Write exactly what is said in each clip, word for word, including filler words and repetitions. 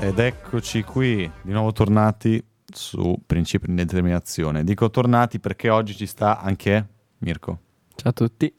Ed eccoci qui, di nuovo tornati su Principi di Determinazione. Dico tornati perché oggi ci sta anche Mirko. Ciao a tutti.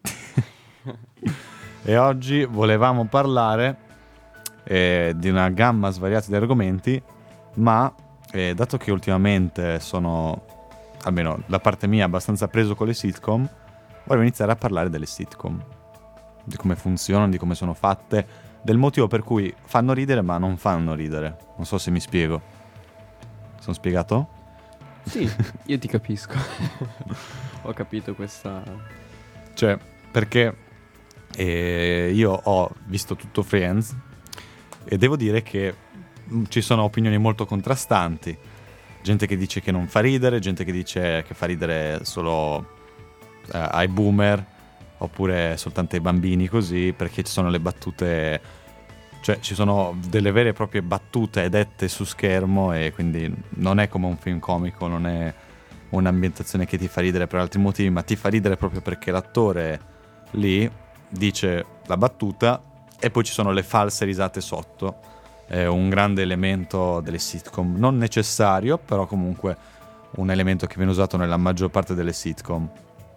E oggi volevamo parlare eh, di una gamma svariata di argomenti, ma eh, dato che ultimamente sono, almeno da parte mia, abbastanza preso con le sitcom, volevo iniziare a parlare delle sitcom, di come funzionano, di come sono fatte, del motivo per cui fanno ridere ma non fanno ridere. Non so se mi spiego. Sono spiegato? Sì, io ti capisco. Ho capito questa... Cioè, perché eh, io ho visto tutto Friends e devo dire che mh, ci sono opinioni molto contrastanti. Gente che dice che non fa ridere, gente che dice che fa ridere solo eh, ai boomer, oppure soltanto ai bambini, così, perché ci sono le battute, cioè ci sono delle vere e proprie battute dette su schermo, e quindi non è come un film comico, non è un'ambientazione che ti fa ridere per altri motivi, ma ti fa ridere proprio perché l'attore lì dice la battuta e poi ci sono le false risate sotto. È un grande elemento delle sitcom, non necessario, però comunque un elemento che viene usato nella maggior parte delle sitcom.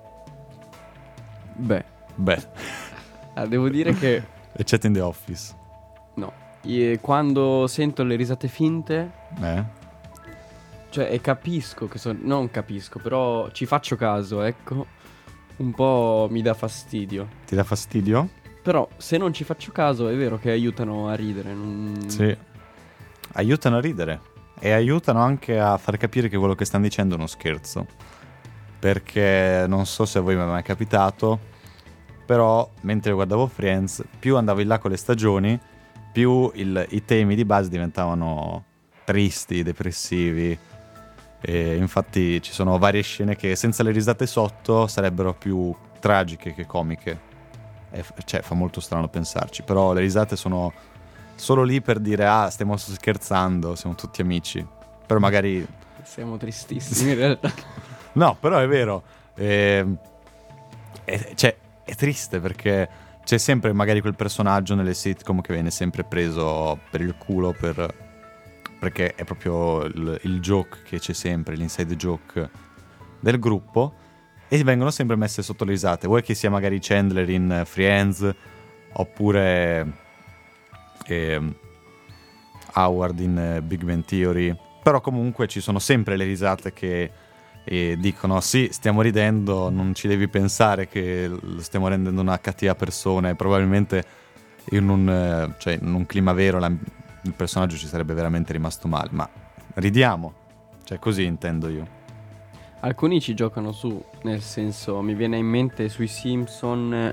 Beh, Beh, ah, devo dire che eccetto in The Office. no, io, quando sento le risate finte, Eh? cioè e capisco che sono... Non capisco, però ci faccio caso, ecco. Un po' mi dà fastidio. Ti dà fastidio? Però se non ci faccio caso è vero che aiutano a ridere. Non... Sì. Aiutano a ridere e aiutano anche a far capire che quello che stanno dicendo è uno scherzo. Perché non so se a voi mi è mai capitato, però mentre guardavo Friends, più andavo in là con le stagioni, più il, i temi di base diventavano tristi, depressivi. E infatti ci sono varie scene che senza le risate sotto sarebbero più tragiche che comiche. E, cioè fa molto strano pensarci, però le risate sono solo lì per dire ah, stiamo scherzando, siamo tutti amici. Però magari siamo tristissimi in realtà. No, però è vero. Eh, è, cioè, è triste perché c'è sempre magari quel personaggio nelle sitcom che viene sempre preso per il culo per, perché è proprio il, il joke che c'è sempre, l'inside joke del gruppo, e vengono sempre messe sotto le risate. Vuoi che sia magari Chandler in Friends, oppure eh, Howard in Big Bang Theory, però comunque ci sono sempre le risate che e dicono sì, stiamo ridendo, non ci devi pensare che stiamo rendendo una cattiva persona, e probabilmente in un, cioè, in un clima vero la, il personaggio ci sarebbe veramente rimasto male, ma ridiamo, cioè così intendo io. Alcuni ci giocano su, nel senso, mi viene in mente sui Simpson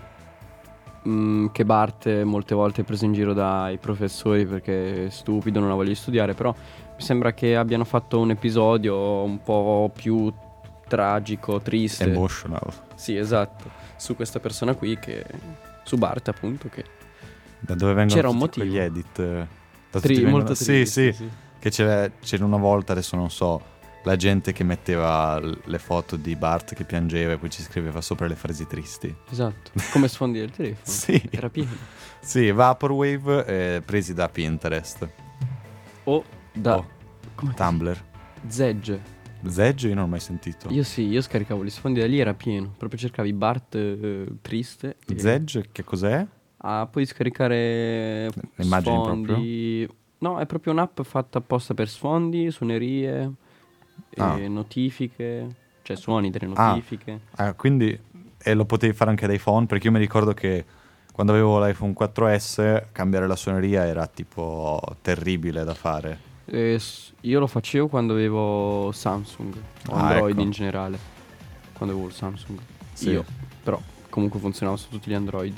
mh, che Bart molte volte è preso in giro dai professori perché è stupido, non ha voglia di studiare, però mi sembra che abbiano fatto un episodio un po' più tragico, triste. Emotional. Sì, esatto. Su questa persona qui che... Su Bart, appunto, che... Da dove vengono c'era un tutti motivo. quegli edit? Da Tri- tutti vengono... molto sì, tristi, sì, sì. Che c'era, c'era una volta, adesso non so, la gente che metteva le foto di Bart che piangeva e poi ci scriveva sopra le frasi tristi. Esatto. Come sfondi del telefono. Sì. Era pieno. Sì, Vaporwave eh, presi da Pinterest. O da... Oh, come Tumblr. Zedge. Zedge io non ho mai sentito. Io sì, io scaricavo gli sfondi da lì, era pieno. Proprio cercavi Bart eh, triste. e- Zedge che cos'è? Ah, puoi scaricare Le immagini sfondi. No, è proprio un'app fatta apposta per sfondi, suonerie, Ah. e notifiche, cioè suoni delle Ah. notifiche. Ah, quindi e lo potevi fare anche da iPhone, perché io mi ricordo che quando avevo l'iPhone quattro esse cambiare la suoneria era tipo terribile da fare. E s- io lo facevo quando avevo Samsung o Ah, Android ecco. in generale. Quando avevo il Samsung. Sì. Io, però comunque funzionava su tutti gli Android.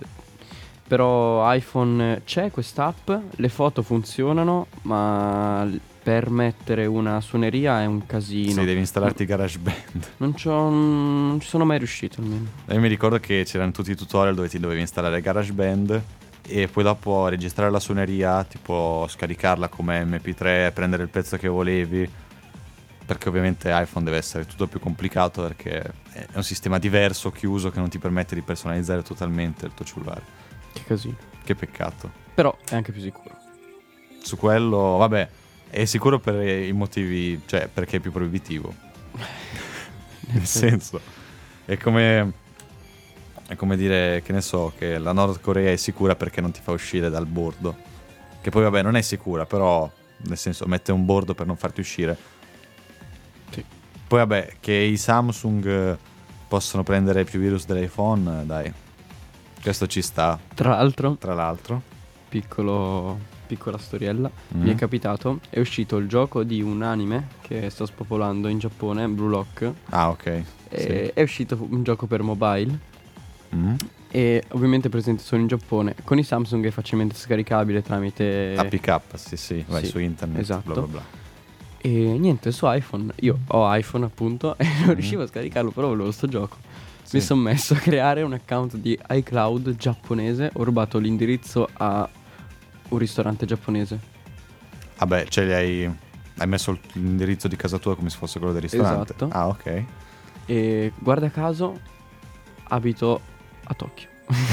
Però iPhone c'è quest'app, le foto funzionano, ma l- per mettere una suoneria è un casino. Sì, devi installarti GarageBand. Non, c'ho, non ci sono mai riuscito almeno. E io mi ricordo che c'erano tutti i tutorial dove ti dovevi installare GarageBand e poi dopo registrare la suoneria, tipo scaricarla come emme pi tre, prendere il pezzo che volevi, perché ovviamente iPhone deve essere tutto più complicato perché è un sistema diverso, chiuso, che non ti permette di personalizzare totalmente il tuo cellulare. Che casino. Che peccato. Però è anche più sicuro. Su quello, vabbè, È sicuro per i motivi, cioè perché è più proibitivo. Nel senso, è come, è come dire, che ne so, che la Nord Corea è sicura perché non ti fa uscire dal bordo. Che poi vabbè non è sicura, però nel senso mette un bordo per non farti uscire. Sì. Poi vabbè, che i Samsung possono prendere più virus dell'iPhone, dai. Questo ci sta, Tra l'altro, tra l'altro. piccolo, piccola storiella, Mm. mi è capitato, è uscito il gioco di un anime che sta spopolando in Giappone, Blue Lock, Ah, ok. e Sì. è uscito un gioco per mobile Mm. e ovviamente è presente solo in Giappone. Con i Samsung è facilmente scaricabile tramite A P K, sì, sì, vai sì, su internet, esatto. bla bla bla. E niente, su iPhone, io ho iPhone appunto e non riuscivo a scaricarlo, però volevo sto gioco. Sì. Mi sono messo a creare un account di iCloud giapponese, ho rubato l'indirizzo a un ristorante giapponese. Vabbè, cioè gli hai, hai messo l'indirizzo di casa tua come se fosse quello del ristorante. Esatto. Ah, ok. E guarda caso abito a Tokyo.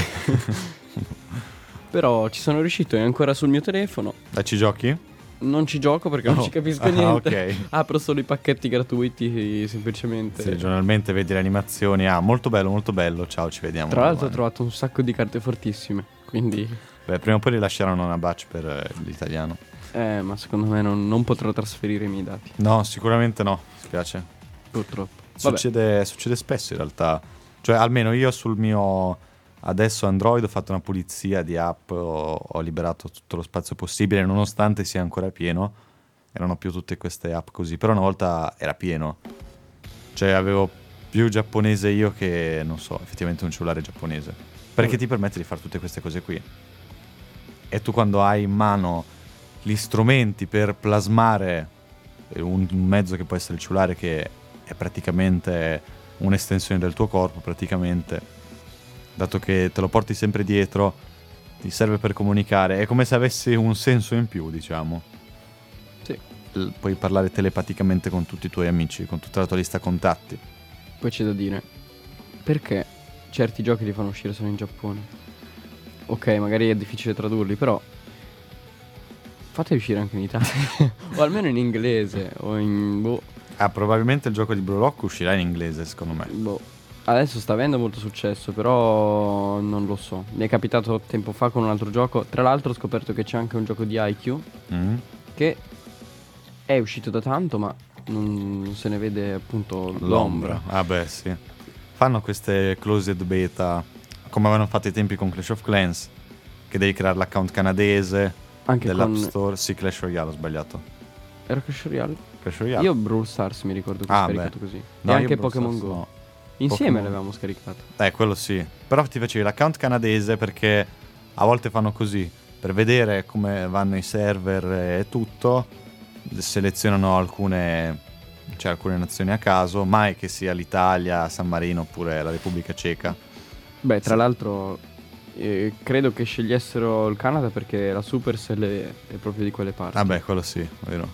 Però ci sono riuscito, è ancora sul mio telefono. Dai, ci giochi? Non ci gioco perché non Oh. ci capisco Ah, niente. ok. Apro solo i pacchetti gratuiti semplicemente. Sì, giornalmente vedi le animazioni. Ah, molto bello, molto bello. Ciao, ci vediamo. Tra l'altro ho domani. trovato un sacco di carte fortissime. Quindi, Beh, prima o poi rilasceranno una batch per eh, l'italiano. eh, ma secondo me non, non potrò trasferire i miei dati. No, sicuramente no. Mi spiace. Purtroppo. Vabbè. Succede, succede spesso in realtà. Cioè, almeno io sul mio adesso Android ho fatto una pulizia di app, ho, ho liberato tutto lo spazio possibile, nonostante sia ancora pieno. Erano più tutte queste app così. Però una volta era pieno. Cioè, avevo più giapponese io che, non so, effettivamente un cellulare giapponese. Perché Mm. ti permette di fare tutte queste cose qui. E tu quando hai in mano gli strumenti per plasmare un un mezzo che può essere il cellulare, che è praticamente un'estensione del tuo corpo, praticamente, dato che te lo porti sempre dietro, ti serve per comunicare, è come se avessi un senso in più, diciamo. Sì. L- puoi parlare telepaticamente con tutti i tuoi amici, con tutta la tua lista contatti. Poi c'è da dire, perché certi giochi li fanno uscire solo in Giappone? Ok, magari è difficile tradurli, però fateli uscire anche in Italia. O almeno in inglese, o in... boh, Ah, probabilmente il gioco di Blue Lock uscirà in inglese, secondo me. boh. Adesso sta avendo molto successo, però non lo so. Mi è capitato tempo fa con un altro gioco. Tra l'altro ho scoperto che c'è anche un gioco di I Q Mm? che è uscito da tanto, ma non, non se ne vede appunto l'ombra. Ah beh, sì. Fanno queste closed beta, come avevano fatto ai tempi con Clash of Clans, che devi creare l'account canadese Anche dell'App con... Store. Sì, Clash Royale, ho sbagliato. Era Clash Royale? Clash Royale. Io Brawl Stars mi ricordo che ho Ah, scaricato beh. così. No, e io anche Brawl Pokémon Stars Go. no. Insieme Pokémon. l'avevamo scaricato. Eh, quello sì. Però ti facevi l'account canadese perché a volte fanno così, per vedere come vanno i server e tutto, selezionano alcune, cioè alcune nazioni a caso, mai che sia l'Italia, San Marino oppure la Repubblica Ceca. Beh, tra Sì. l'altro eh, credo che scegliessero il Canada perché la Supercell è, è proprio di quelle parti. Vabbè, quello sì, vero.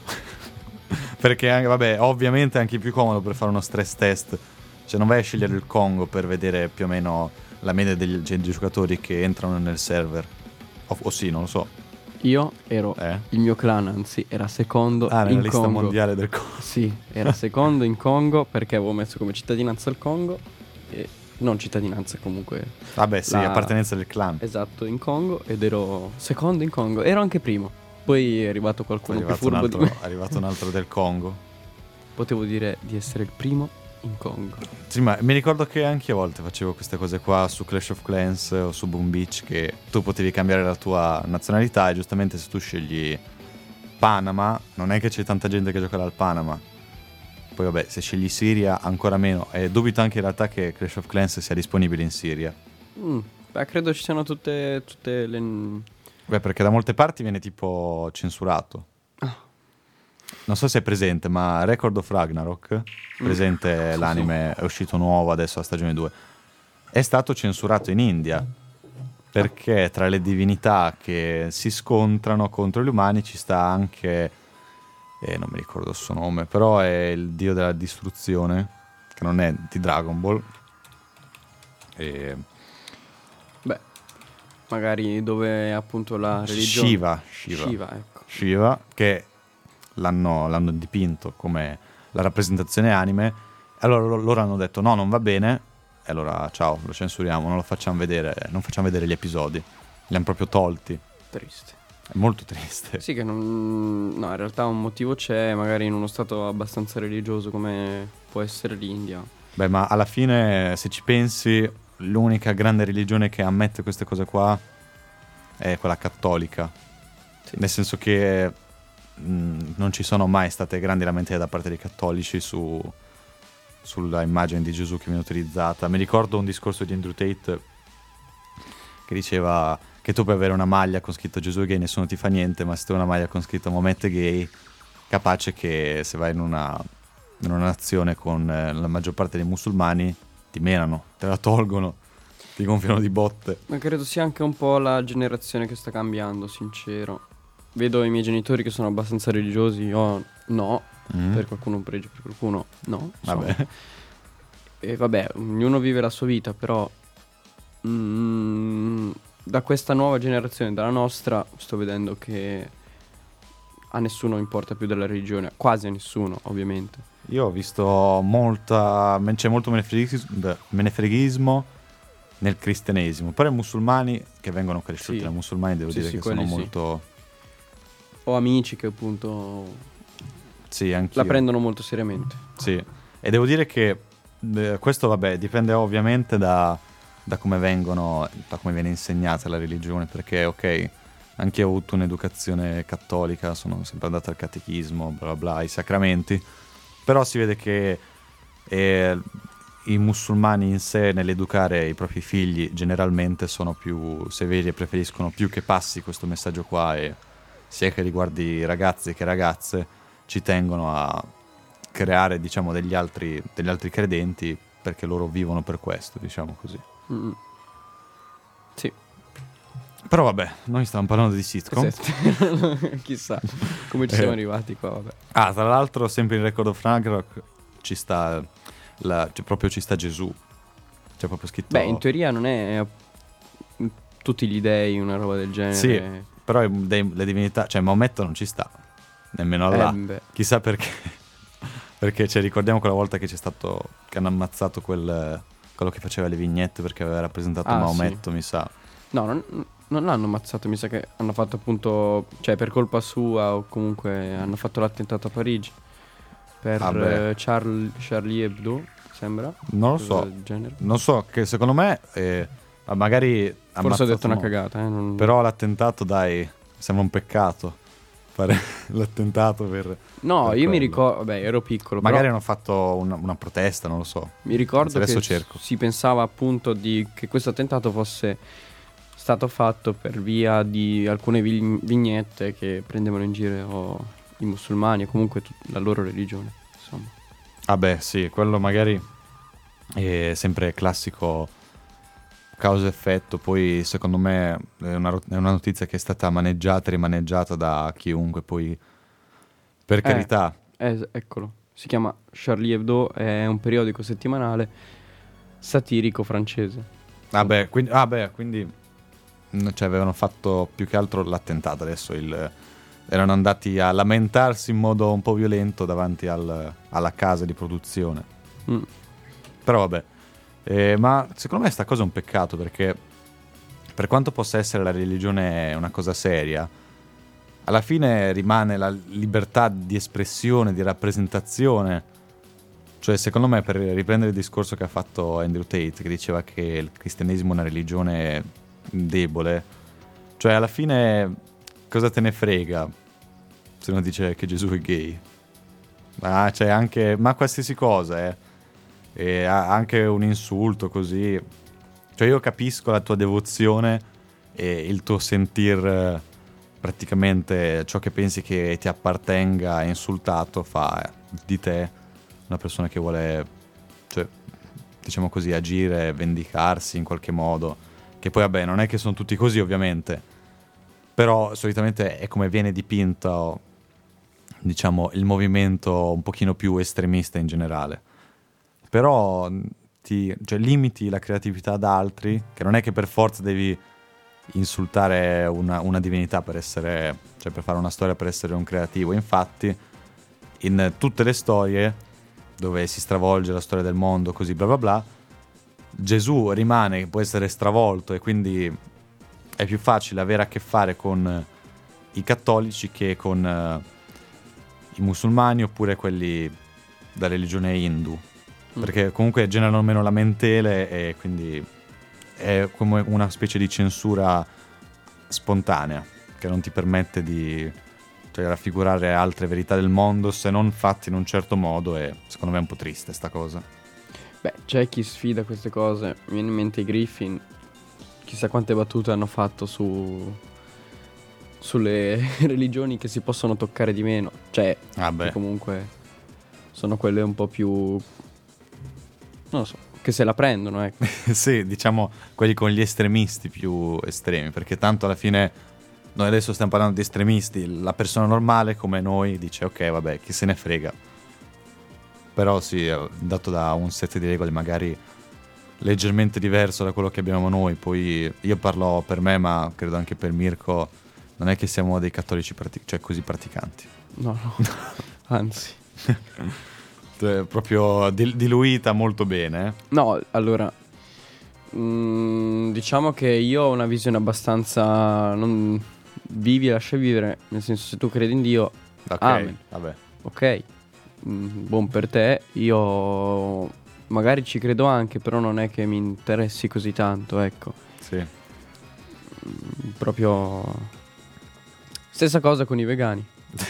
Perché anche, vabbè, ovviamente è anche più comodo per fare uno stress test. Cioè non vai a scegliere il Congo per vedere più o meno la media degli, dei giocatori che entrano nel server. O, o sì, non lo so. Io ero, Eh? il mio clan anzi, era secondo Ah, nella in lista Congo. mondiale del Congo. Sì, era secondo in Congo perché avevo messo come cittadinanza il Congo e non cittadinanza comunque. Vabbè, sì, La- appartenenza del clan. Esatto, in Congo ed ero secondo in Congo, ero anche primo. Poi è arrivato È qualcuno più arrivato, un furbo di altro, me. è arrivato un altro del Congo. Potevo dire di essere il primo in Congo. Sì, ma mi ricordo che anche a volte facevo queste cose qua su Clash of Clans o su Boom Beach, che tu potevi cambiare la tua nazionalità e giustamente se tu scegli Panama, non è che c'è tanta gente che giocherà al Panama. Poi vabbè, se scegli Siria ancora meno. E dubito anche in realtà che Clash of Clans sia disponibile in Siria. Mm, beh, credo ci siano tutte, tutte le... Beh, perché da molte parti viene tipo censurato. Ah. Non so se è presente, ma Record of Ragnarok, presente Sì, l'anime, è uscito nuovo adesso a stagione due, è stato censurato in India perché tra le divinità che si scontrano contro gli umani ci sta anche, eh, non mi ricordo il suo nome, però è il dio della distruzione, che non è di Dragon Ball. E Beh, magari dove è appunto la religione. Shiva, Shiva, Shiva, ecco. Shiva, che l'hanno, l'hanno dipinto come la rappresentazione anime. Allora loro, loro hanno detto no, non va bene, e allora ciao, lo censuriamo, non lo facciamo vedere, non facciamo vedere gli episodi. Li hanno proprio tolti. Triste. È molto triste. Sì, che non... No, in realtà un motivo c'è, magari in uno stato abbastanza religioso come può essere l'India. Beh, ma alla fine, se ci pensi, l'unica grande religione che ammette queste cose qua è quella cattolica. Sì. Nel senso che mh, non ci sono mai state grandi lamentele da parte dei cattolici su, sulla immagine di Gesù che viene utilizzata. Mi ricordo un discorso di Andrew Tate che diceva che tu puoi avere una maglia con scritto Gesù è gay, nessuno ti fa niente, ma se tu hai una maglia con scritto Maometto è gay, capace che se vai in una, in una nazione con eh, la maggior parte dei musulmani ti menano, te la tolgono, ti gonfiano di botte. Ma credo sia anche un po' la generazione che sta cambiando, sincero. Vedo i miei genitori che sono abbastanza religiosi, io no, mm. per qualcuno un pregio, per qualcuno no. Vabbè. So. E vabbè, ognuno vive la sua vita, però mm, da questa nuova generazione, dalla nostra, sto vedendo che a nessuno importa più della religione, quasi a nessuno, ovviamente. Io ho visto molta, c'è molto menefreghismo, menefreghismo nel cristianesimo, però i musulmani che vengono cresciuti sì. da musulmani devo sì, dire sì, che sono sì. molto... Ho amici che appunto sì, anch'io. la prendono molto seriamente. Sì, e devo dire che eh, questo vabbè dipende ovviamente da, da come vengono, da come viene insegnata la religione, perché ok, anche io ho avuto un'educazione cattolica, sono sempre andato al catechismo, bla bla bla, ai sacramenti, però si vede che eh, i musulmani in sé nell'educare i propri figli generalmente sono più severi e preferiscono più che passi questo messaggio qua, e sia che riguardi ragazzi che ragazze ci tengono a creare diciamo degli altri, degli altri credenti perché loro vivono per questo, diciamo così. Mm. Sì. Però vabbè, noi stiamo parlando di sitcom. Chissà come ci siamo eh. arrivati qua, vabbè. Ah, tra l'altro sempre in Record of Ragnarok ci sta la, cioè, proprio ci sta Gesù. C'è proprio scritto. Beh, in teoria non è tutti gli dei una roba del genere. Sì, però dei, le divinità, cioè Maometto non ci sta. Nemmeno Allah. Eh, Chissà perché. Perché cioè, ricordiamo quella volta che c'è stato che hanno ammazzato quel quello che faceva le vignette perché aveva rappresentato ah, Maometto, sì. mi sa. No, non, non l'hanno ammazzato, mi sa che hanno fatto appunto, cioè per colpa sua o comunque hanno fatto l'attentato a Parigi per ah, uh, Charlie, Charlie Hebdo, sembra. Non lo so. Del genere. Non so, che secondo me eh, magari forse ho detto una no. cagata, eh, non... Però l'attentato, dai, sembra un peccato fare l'attentato per no, per io quello. mi ricordo, vabbè, ero piccolo, magari però hanno fatto una, una protesta, non lo so. mi ricordo adesso che cerco. si pensava appunto di che questo attentato fosse stato fatto per via di alcune vi- vignette che prendevano in giro i musulmani e comunque tut- la loro religione, insomma. Ah beh, sì, quello magari è sempre classico causa-effetto. Poi secondo me è una, è una notizia che è stata maneggiata e rimaneggiata da chiunque, poi per carità. Eh, eh, eccolo, si chiama Charlie Hebdo, è un periodico settimanale satirico francese. Ah beh, quindi, ah beh, quindi cioè avevano fatto più che altro l'attentato, adesso il, erano andati a lamentarsi in modo un po' violento davanti al, alla casa di produzione. Mm. Però vabbè, eh, ma secondo me sta cosa è un peccato, perché per quanto possa essere la religione una cosa seria, alla fine rimane la libertà di espressione, di rappresentazione. Cioè secondo me, per riprendere il discorso che ha fatto Andrew Tate, che diceva che il cristianesimo è una religione debole, cioè alla fine cosa te ne frega se uno dice che Gesù è gay? Ma cioè anche, ma qualsiasi cosa, eh. E anche un insulto così, cioè io capisco la tua devozione e il tuo sentir praticamente ciò che pensi che ti appartenga insultato fa di te una persona che vuole, cioè diciamo così, agire, vendicarsi in qualche modo, che poi vabbè non è che sono tutti così ovviamente, però solitamente è come viene dipinto, diciamo, il movimento un pochino più estremista in generale. Però ti, cioè, limiti la creatività ad altri, che non è che per forza devi insultare una, una divinità per essere, cioè per fare una storia, per essere un creativo. Infatti in tutte le storie dove si stravolge la storia del mondo, così bla bla bla, Gesù rimane, può essere stravolto, e quindi è più facile avere a che fare con i cattolici che con uh, i musulmani oppure quelli da religione hindu, mm. perché comunque generano meno lamentele e quindi è come una specie di censura spontanea che non ti permette di, cioè, raffigurare altre verità del mondo se non fatte in un certo modo, e secondo me è un po' triste sta cosa. Beh, c'è chi sfida queste cose, mi viene in mente i Griffin, chissà quante battute hanno fatto su sulle religioni che si possono toccare di meno, cioè ah beh. che comunque sono quelle un po' più, non lo so, che se la prendono, ecco. Sì, diciamo quelli con gli estremisti più estremi, perché tanto alla fine noi adesso stiamo parlando di estremisti, la persona normale come noi dice ok vabbè, chi se ne frega, però sì, dato da un set di regole magari leggermente diverso da quello che abbiamo noi. Poi io parlo per me, ma credo anche per Mirko, non è che siamo dei cattolici prati- cioè così praticanti. No, no, anzi. Cioè, proprio dil- diluita molto bene. eh. No, allora, mm, diciamo che io ho una visione abbastanza, non, vivi e lascia vivere, nel senso, se tu credi in Dio, Ok, amen. vabbè. Ok, mm, buon per te. Io magari ci credo anche, però non è che mi interessi così tanto, ecco. Sì. Mm, proprio stessa cosa con i vegani.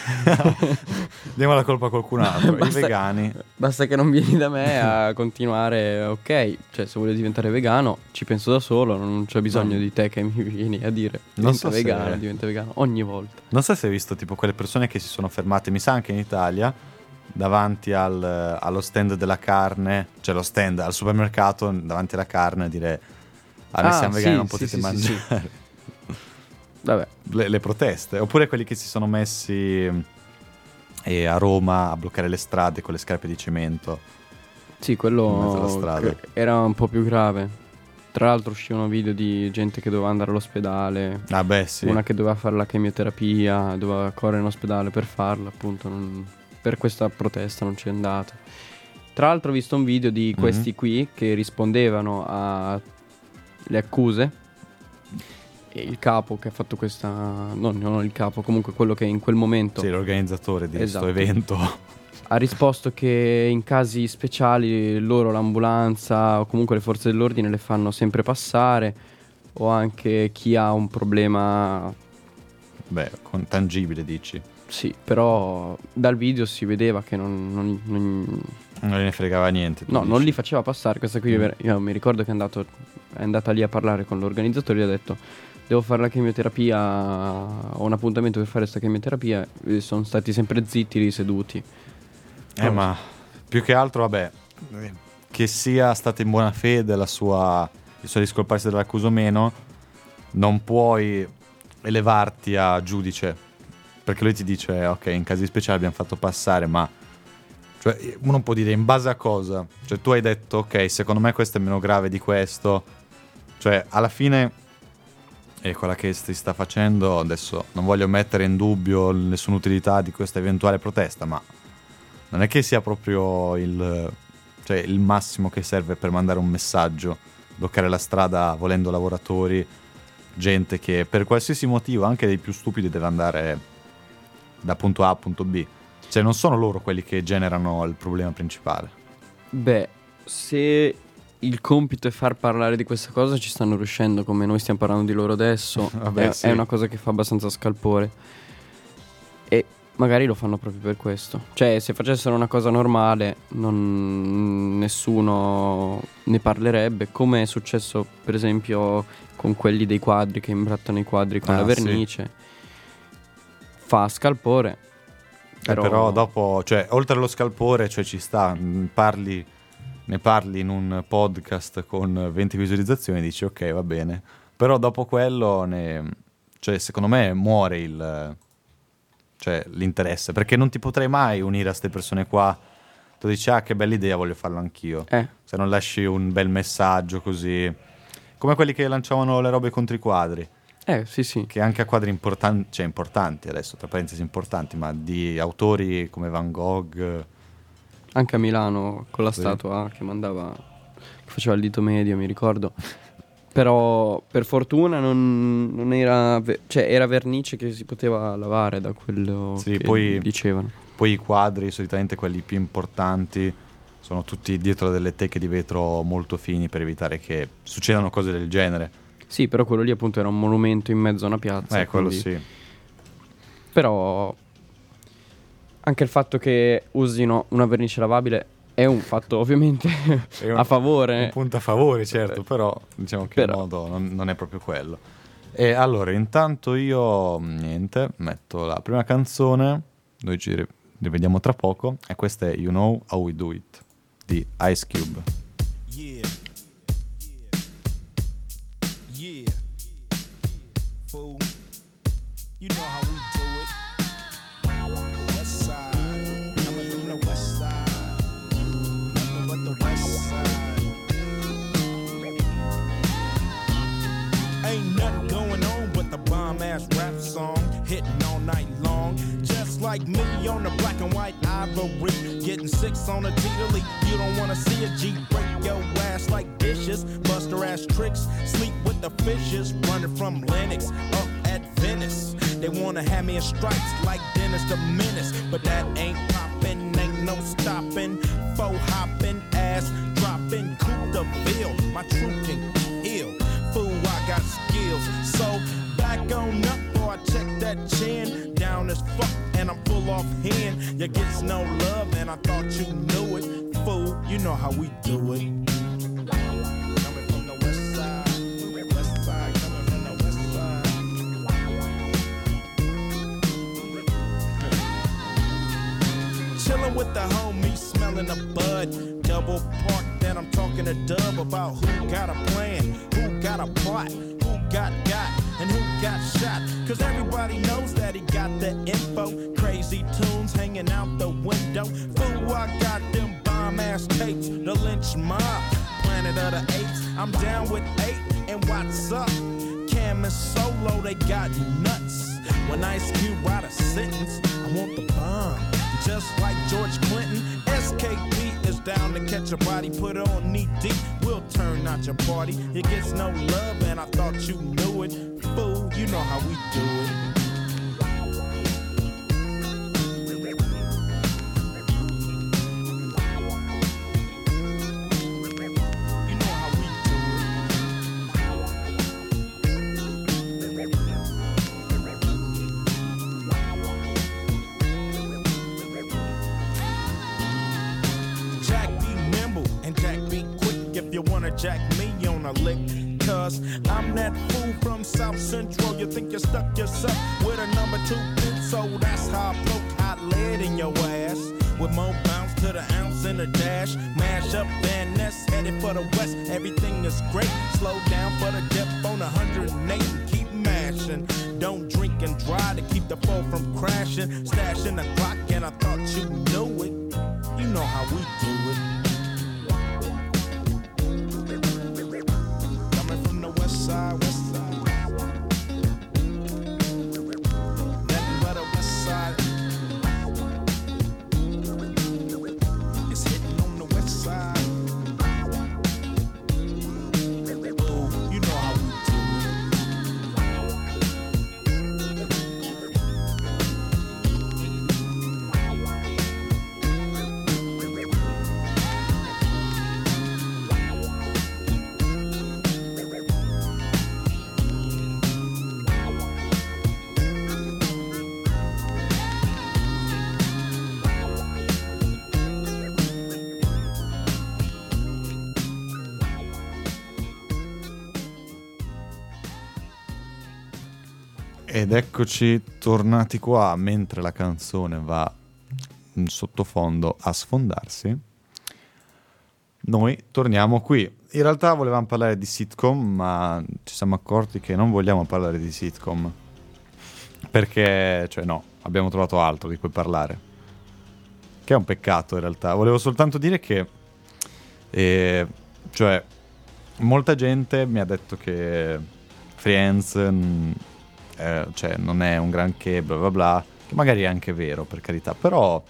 Diamo la colpa a qualcun altro. Basta- I vegani. Basta che non vieni da me a continuare, ok, cioè se voglio diventare vegano ci penso da solo, non c'è bisogno No. di te che mi vieni a dire Non diventa so se- vegano, diventa vegano ogni volta. Non so se hai visto tipo quelle persone che si sono fermate, mi sa anche in Italia, davanti al, allo stand della carne, cioè lo stand al supermercato davanti alla carne, a dire ah, noi Ah, siamo sì, vegani, non sì, potete sì, sì, mangiare. Vabbè, Le, le proteste, oppure quelli che si sono messi eh, a Roma a bloccare le strade con le scarpe di cemento. sì, In mezzo alla quello strada. che- era un po' più grave. Tra l'altro uscivano video di gente che doveva andare all'ospedale, Ah beh sì. una che doveva fare la chemioterapia, doveva correre in ospedale per farla, appunto, non- per questa protesta non ci è andata. Tra l'altro ho visto un video di Mhm. questi qui che rispondevano alle accuse, e il capo che ha fatto questa, no, non il capo, comunque quello che in quel momento Sì, l'organizzatore di questo Esatto. evento. ha risposto che in casi speciali loro, l'ambulanza o comunque le forze dell'ordine, le fanno sempre passare, o anche chi ha un problema. Beh, con tangibile dici. Sì, però dal video si vedeva che non, non- non- Non gliene fregava niente. tu no, dici. non li faceva passare. Questa qui, Mm. io mi ricordo che è, andato, è andata lì a parlare con l'organizzatore e gli ha detto devo fare la chemioterapia, ho un appuntamento per fare questa chemioterapia, e sono stati sempre zitti lì seduti. Eh, ma più che altro, vabbè, eh, che sia stata in buona fede la sua, il suo discolparsi dall'accusa o meno, non puoi elevarti a giudice, perché lui ti dice ok, in casi speciali abbiamo fatto passare, ma cioè uno può dire in base a cosa? Cioè tu hai detto ok, secondo me questo è meno grave di questo, cioè alla fine è quella che si sta facendo. Adesso non voglio mettere in dubbio nessuna utilità di questa eventuale protesta, ma non è che sia proprio il, cioè, il massimo che serve per mandare un messaggio, bloccare la strada volendo lavoratori, gente che per qualsiasi motivo, anche dei più stupidi, deve andare da punto A a punto B. Cioè non sono loro quelli che generano il problema principale. Beh, se il compito è far parlare di questa cosa, ci stanno riuscendo, come noi stiamo parlando di loro adesso. Vabbè, è, sì. è una cosa che fa abbastanza scalpore, e magari lo fanno proprio per questo. Cioè, se facessero una cosa normale, non, nessuno ne parlerebbe, come è successo per esempio con quelli dei quadri che imbrattano i quadri con Ah, la vernice. Fa scalpore. Però... Però, però dopo, cioè oltre allo scalpore, cioè ci sta, mh, parli, ne parli in un podcast con venti visualizzazioni e dici ok, va bene. Però dopo quello, ne, cioè secondo me muore il, cioè, l'interesse, perché non ti potrei mai unire a queste persone qua. Tu dici ah che bella idea, voglio farlo anch'io. Eh, Se non lasci un bel messaggio così, come quelli che lanciavano le robe contro i quadri. Eh, sì, sì. Che anche a quadri importanti, cioè importanti adesso, tra parentesi importanti, ma di autori come Van Gogh. Anche a Milano con la Sì. statua che mandava, che faceva il dito medio, mi ricordo. Però per fortuna non, non era, ve- cioè era vernice che si poteva lavare, da quello Sì, che poi- dicevano. Poi i quadri, solitamente quelli più importanti, sono tutti dietro delle teche di vetro molto fini per evitare che succedano cose del genere. Sì, però quello lì appunto era un monumento in mezzo a una piazza. Eh, quello quindi- sì. Però anche il fatto che usino una vernice lavabile è un fatto ovviamente È un- a favore. Un punto a favore, certo, però diciamo che Però- il modo non, non è proprio quello. E allora, intanto io, niente, metto la prima canzone, noi ci ri- rivediamo tra poco, e questa è You Know How We Do It di Ice Cube. Yeah. Yeah. Fool. You know how we do it. West side. Coming from the west side. Nothing but the west side. Ain't nothing going on but the bomb ass rap song. Hitting all night long. Just like me on the black and white ivory. Getting six on a T-League. You don't wanna see a G break your ass like dishes. Buster ass tricks. Sleep with the fishes. Running from Lennox up at Venice. They wanna have me in stripes like Dennis the Menace. But that ain't poppin', ain't no stopping. Faux hopping, ass dropping. Coupe de ville, my troop can heal. Fool, I got skills. So back on up, boy, check that chin. Down as fuck, and I'm full off hand. You gets no love, and I thought you knew it. Fool, you know how we do it. Coming from the west side, west side, coming from the west side. Chillin' with the homies, smelling the bud. Double park, then I'm talking to Dub about who got a plan, who got a plot, who got got, and who got shot. Cause everybody knows that he got the info. Crazy tunes hanging out the window. Fool, I got them bomb ass tapes, the lynch mob, planet of the apes. I'm down with eight, and what's up? Cam and Solo, they got nuts. When Ice Cube write a sentence, I want the bomb. Just like George Clinton, S K P is down to catch a body, put on knee deep, we'll turn out your party. It gets no love, and I thought you knew it. Fool, you know how we do it. You know how we do it. Jack be nimble and Jack be quick if you wanna jack me on a lick. Cause I'm that fool from South Central. You think you stuck yourself with a number two pin, so that's how I poke hot lead in your ass. With more bounce to the ounce in a dash. Mash up Van Ness, headed for the west. Everything is great. Slow down for the depth on one hundred eight and keep mashing. Don't drink and drive to keep the foe from crashing. Stashing the clock and I thought you knew it. You know how we do it. Coming from the west side, west side. Nothing but a west side. It's hitting on the west side. Ooh, you know how we do Ed eccoci tornati qua mentre la canzone va in sottofondo a sfondarsi. Noi torniamo qui. In realtà volevamo parlare di sitcom, ma ci siamo accorti che non vogliamo parlare di sitcom. Perché, cioè no, abbiamo trovato altro di cui parlare. Che è un peccato in realtà. Volevo soltanto dire che, eh, cioè, molta gente mi ha detto che Friends mh, eh, cioè non è un granché bla bla bla, che magari è anche vero, per carità, però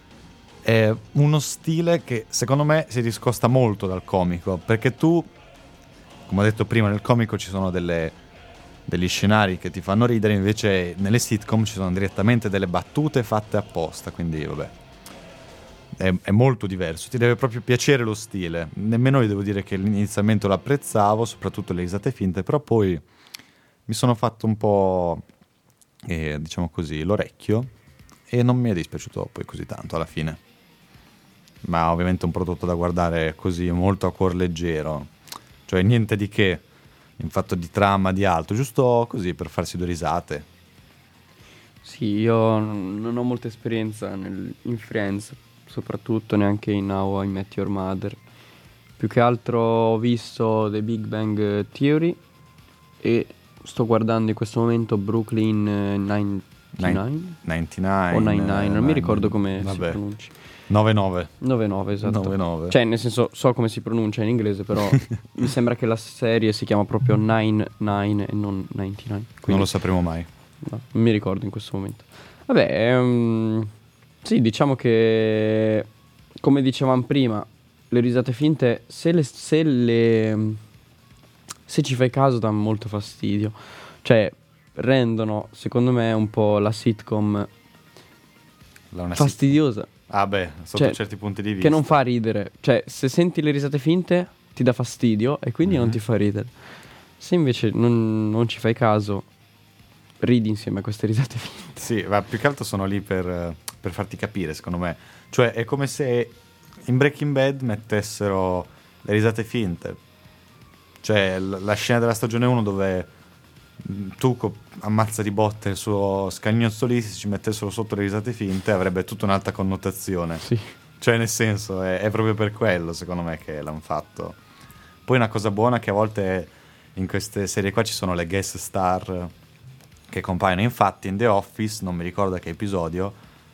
è uno stile che secondo me si discosta molto dal comico, perché tu, come ho detto prima, nel comico ci sono delle, degli scenari che ti fanno ridere, invece nelle sitcom ci sono direttamente delle battute fatte apposta, quindi vabbè, è, è molto diverso, ti deve proprio piacere lo stile. Nemmeno io devo dire che inizialmente lo apprezzavo, soprattutto le risate finte, però poi mi sono fatto un po', eh, diciamo così, l'orecchio, e non mi è dispiaciuto poi così tanto alla fine. Ma ovviamente un prodotto da guardare così molto a cuor leggero, cioè niente di che in fatto di trama, di altro, giusto così per farsi due risate. Sì, io non ho molta esperienza nel, in Friends, soprattutto neanche in How I Met Your Mother. Più che altro ho visto The Big Bang Theory e sto guardando in questo momento Brooklyn novantanove novantanove o novantanove, non mi ricordo come vabbè. si pronuncia. novantanove novantanove, esatto. novantanove Cioè, nel senso, so come si pronuncia in inglese, però mi sembra che la serie si chiama proprio novantanove e non novantanove. Quindi, non lo sapremo mai. no, non mi ricordo in questo momento. Vabbè, um, sì, diciamo che, come dicevamo prima, le risate finte, se le, se le se ci fai caso, danno molto fastidio. Cioè, rendono, secondo me, un po' la sitcom La una fastidiosa. sit- ah beh, sotto Cioè, certi punti di vista. Che non fa ridere. Cioè, se senti le risate finte, ti dà fastidio e quindi Mhm. non ti fa ridere. Se invece non, non ci fai caso, ridi insieme a queste risate finte. Sì, ma più che altro sono lì per, per farti capire, secondo me. Cioè, è come se in Breaking Bad mettessero le risate finte. Cioè, l- la scena della stagione uno dove mh, Tuco ammazza di botte il suo scagnozzo lì, se ci mettessero sotto le risate finte avrebbe tutta un'altra connotazione. Sì. Cioè, nel senso, è, è proprio per quello, secondo me, che l'hanno fatto. Poi una cosa buona è che a volte in queste serie qua ci sono le guest star che compaiono. Infatti in The Office, non mi ricordo che episodio,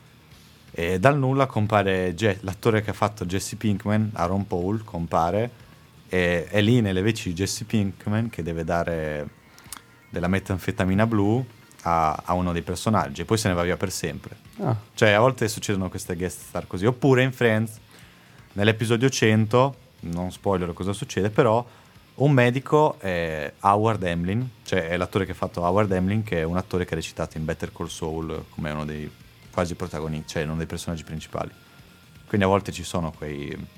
e dal nulla compare Je- l'attore che ha fatto Jesse Pinkman, Aaron Paul, compare, e è lì nelle veci di Jesse Pinkman che deve dare della metanfetamina blu a, a uno dei personaggi e poi se ne va via per sempre. Ah, Cioè a volte succedono queste guest star così. Oppure in Friends, nell'episodio cento, non spoiler cosa succede, però un medico è Howard Hamlin, cioè è l'attore che ha fatto Howard Hamlin, che è un attore che ha recitato in Better Call Saul come uno dei quasi protagonisti, cioè uno dei personaggi principali. Quindi a volte ci sono quei...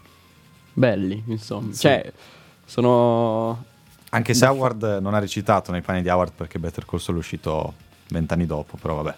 belli, insomma. Sì. Cioè, sono... Anche se Da- Howard non ha recitato nei panni di Howard perché Better Call Saul è uscito vent'anni dopo, però vabbè.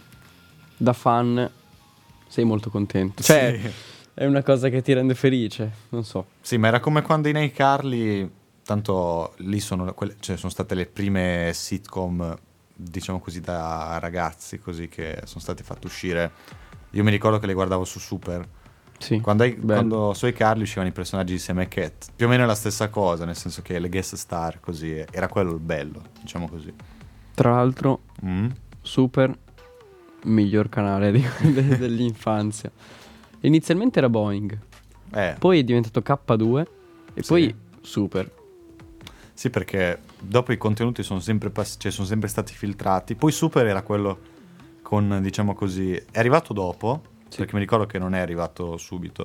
da fan sei molto contento. Cioè, Sì. è una cosa che ti rende felice, non so. Sì, ma era come quando in iCarly, tanto lì sono, quelle, cioè sono state le prime sitcom, diciamo così, da ragazzi, così che sono state fatte uscire. Io mi ricordo che le guardavo su Super. Sì, Quando, hai- bello. quando su iCarly uscivano i personaggi di Sam e Cat, più o meno è la stessa cosa, nel senso che le guest star, così, era quello il bello, diciamo così. Tra l'altro, Mm? Super, miglior canale di- de- dell'infanzia. Inizialmente era Boeing, Eh, poi è diventato K due e Sì. poi Super. sì, perché dopo i contenuti sono sempre, pass- cioè, sono sempre stati filtrati. Poi Super era quello con, diciamo così, è arrivato dopo, Sì. perché mi ricordo che non è arrivato subito,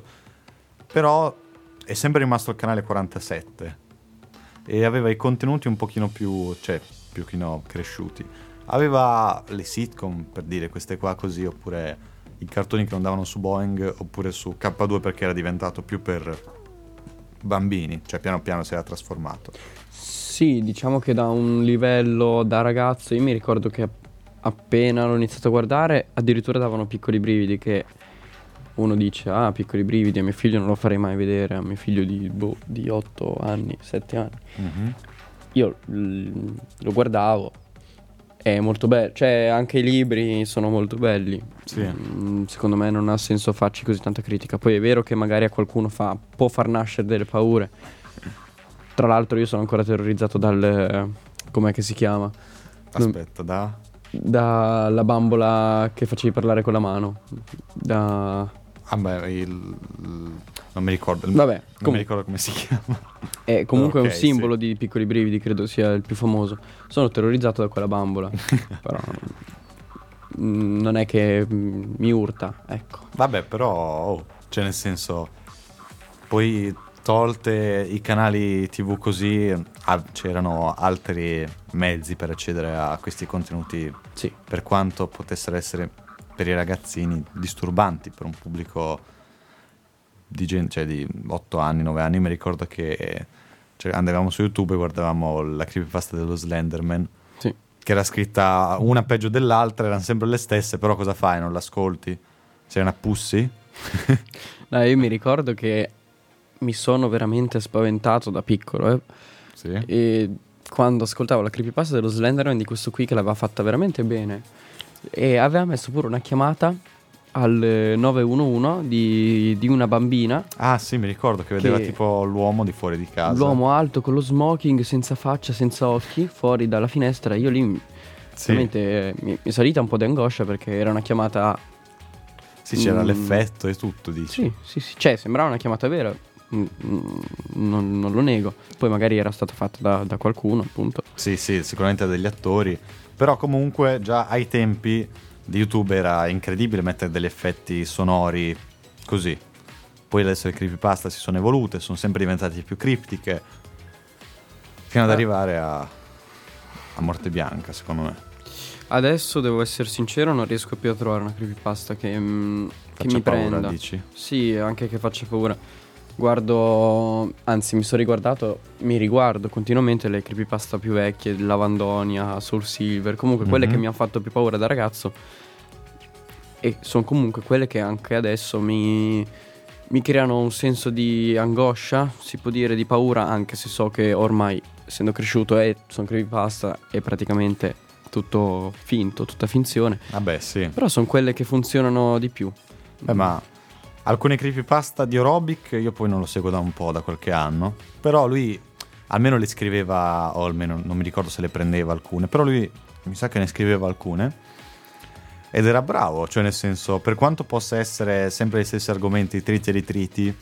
però è sempre rimasto il canale quarantasette e aveva i contenuti un pochino più, cioè, più pochino cresciuti. Aveva le sitcom, per dire, queste qua così, oppure i cartoni che non davano su Boeing, oppure su K due perché era diventato più per bambini, cioè piano piano si era trasformato. Sì, diciamo che da un livello da ragazzo, io mi ricordo che app- appena l'ho iniziato a guardare, addirittura davano piccoli brividi che uno dice, ah, piccoli brividi, a mio figlio non lo farei mai vedere, a mio figlio di, boh, di otto anni, sette anni. Mhm. Io l- lo guardavo, è molto bello, cioè anche i libri sono molto belli. Sì. Mm, secondo me non ha senso farci così tanta critica. Poi è vero che magari a qualcuno fa, può far nascere delle paure. Tra l'altro io sono ancora terrorizzato dal... eh, com'è che si chiama? Non- Aspetta, da... Dalla bambola che facevi parlare con la mano. Da... Vabbè, il, il- non mi ricordo. Vabbè, non comunque. mi ricordo come si chiama. È comunque Ok, un simbolo sì. di Piccoli Brividi, credo sia il più famoso. Sono terrorizzato da quella bambola. Però mm, non è che mm, mi urta, ecco. Vabbè, però, oh, cioè nel senso, poi tolte i canali tivù così, ah, c'erano altri mezzi per accedere a questi contenuti, Sì. per quanto potessero essere per i ragazzini disturbanti, per un pubblico di gente, cioè di otto anni, nove anni. Mi ricordo che cioè, andavamo su YouTube e guardavamo la creepypasta dello Slenderman, Sì. che era scritta una peggio dell'altra, erano sempre le stesse, però cosa fai? Non l'ascolti? Sei una pussy? No, io mi ricordo che mi sono veramente spaventato da piccolo, eh. Sì. E quando ascoltavo la creepypasta dello Slenderman, di questo qui che l'aveva fatta veramente bene, e aveva messo pure una chiamata al eh, nove uno uno di, di una bambina, Ah sì, mi ricordo che vedeva Che- tipo l'uomo di fuori di casa. l'uomo alto con lo smoking, senza faccia, senza occhi, fuori dalla finestra. Io lì Sì, veramente eh, mi, mi è salita un po' di angoscia, perché era una chiamata. sì, c'era Mm. l'effetto e tutto, dici. Sì, sì, sì, cioè sembrava una chiamata vera. Mm, mm, Non, non lo nego. Poi magari era stata fatta da, da qualcuno, appunto. Sì, sì, sicuramente degli attori. Però comunque già ai tempi di YouTube era incredibile mettere degli effetti sonori così. Poi adesso le creepypasta si sono evolute, sono sempre diventate più criptiche, fino ad Eh. arrivare a, a Morte Bianca, secondo me. Adesso devo essere sincero, non riesco più a trovare una creepypasta che, mm, che Faccia mi paura, prenda. dici? Sì, anche che faccia paura. Guardo, anzi mi sono riguardato, mi riguardo continuamente le creepypasta più vecchie, Lavandonia, Soul Silver, comunque quelle Mhm. che mi hanno fatto più paura da ragazzo. E sono comunque quelle che anche adesso mi, mi creano un senso di angoscia, si può dire, di paura, anche se so che ormai, essendo cresciuto e sono creepypasta, è praticamente tutto finto, tutta finzione. Vabbè, sì. Però sono quelle che funzionano di più. Beh, ma alcune creepypasta di Orobic io poi non lo seguo da un po', da qualche anno. Però lui almeno le scriveva, o almeno non mi ricordo se le prendeva alcune, però lui mi sa che ne scriveva alcune. Ed era bravo, cioè nel senso, per quanto possa essere sempre gli stessi argomenti, triti e ritriti,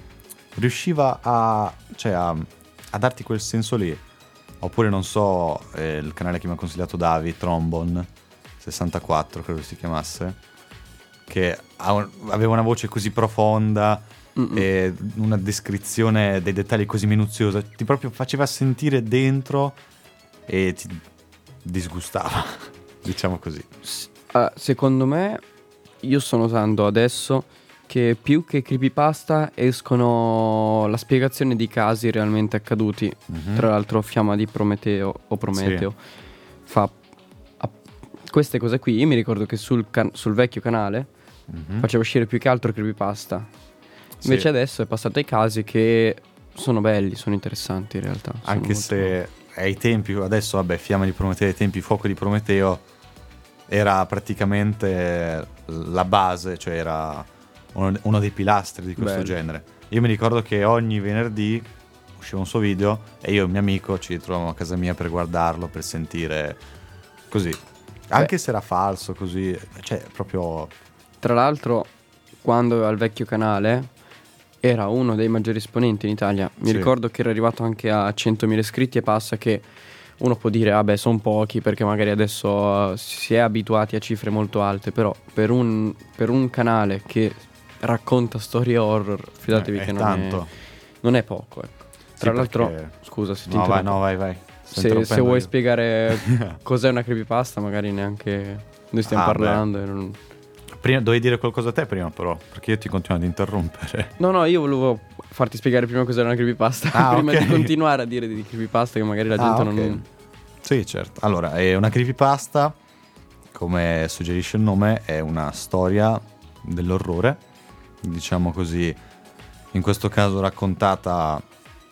riusciva a, cioè a, a darti quel senso lì. Oppure non so, eh, il canale che mi ha consigliato Davi, Trombone sessantaquattro credo si chiamasse, che ha un- aveva una voce così profonda Mm-mm. e una descrizione dei dettagli così minuziosa, ti proprio faceva sentire dentro e ti disgustava, diciamo così. Ah, secondo me, io sto notando adesso che più che creepypasta escono la spiegazione di casi realmente accaduti. Mhm. Tra l'altro Fiamma di Prometeo o Prometeo fa a- queste cose qui. Io mi ricordo che sul, can- sul vecchio canale Mhm. faceva uscire più che altro creepypasta. Invece Sì. adesso è passato ai casi che sono belli, sono interessanti in realtà. sono Anche molto- se ai tempi, adesso vabbè, Fiamma di Prometeo, ai tempi Fuoco di Prometeo era praticamente la base, cioè era uno, uno dei pilastri di questo Bello. genere. Io mi ricordo che ogni venerdì usciva un suo video e io e il mio amico ci trovavamo a casa mia per guardarlo, per sentire così. Anche se era falso, così, cioè proprio... Tra l'altro, quando aveva il vecchio canale, era uno dei maggiori esponenti in Italia. Mi Sì. ricordo che era arrivato anche a centomila iscritti e passa, che uno può dire, vabbè, sono pochi, perché magari adesso eh, si è abituati a cifre molto alte, però per un, per un canale che racconta storie horror, fidatevi è che non tanto. è, non è poco, ecco. Tra Sì, l'altro, perché- scusa se ti No, vai, interrompo. no, vai, vai. Sto Se, se interrompendo vuoi io. spiegare cos'è una creepypasta, magari neanche noi stiamo Ah, parlando e non... Prima, dovevi dire qualcosa a te prima però, perché io ti continuo ad interrompere. No, no, io volevo farti spiegare prima cos'era una creepypasta, Ah, prima ok. di continuare a dire di creepypasta, che magari la Ah, gente ok. non... Sì, certo. Allora, è una creepypasta, come suggerisce il nome, è una storia dell'orrore, diciamo così, in questo caso raccontata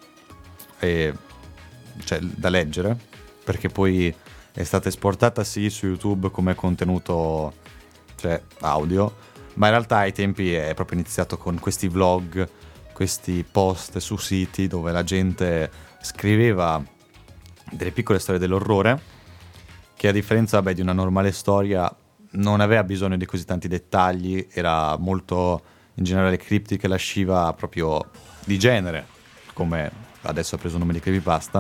e, cioè, da leggere, perché poi è stata esportata sì su YouTube come contenuto, cioè audio, ma in realtà ai tempi è proprio iniziato con questi vlog, questi post su siti dove la gente scriveva delle piccole storie dell'orrore, che a differenza vabbè, di una normale storia non aveva bisogno di così tanti dettagli, era molto in generale Cryptic e la Shiva proprio di genere, come adesso ha preso il nome di creepypasta.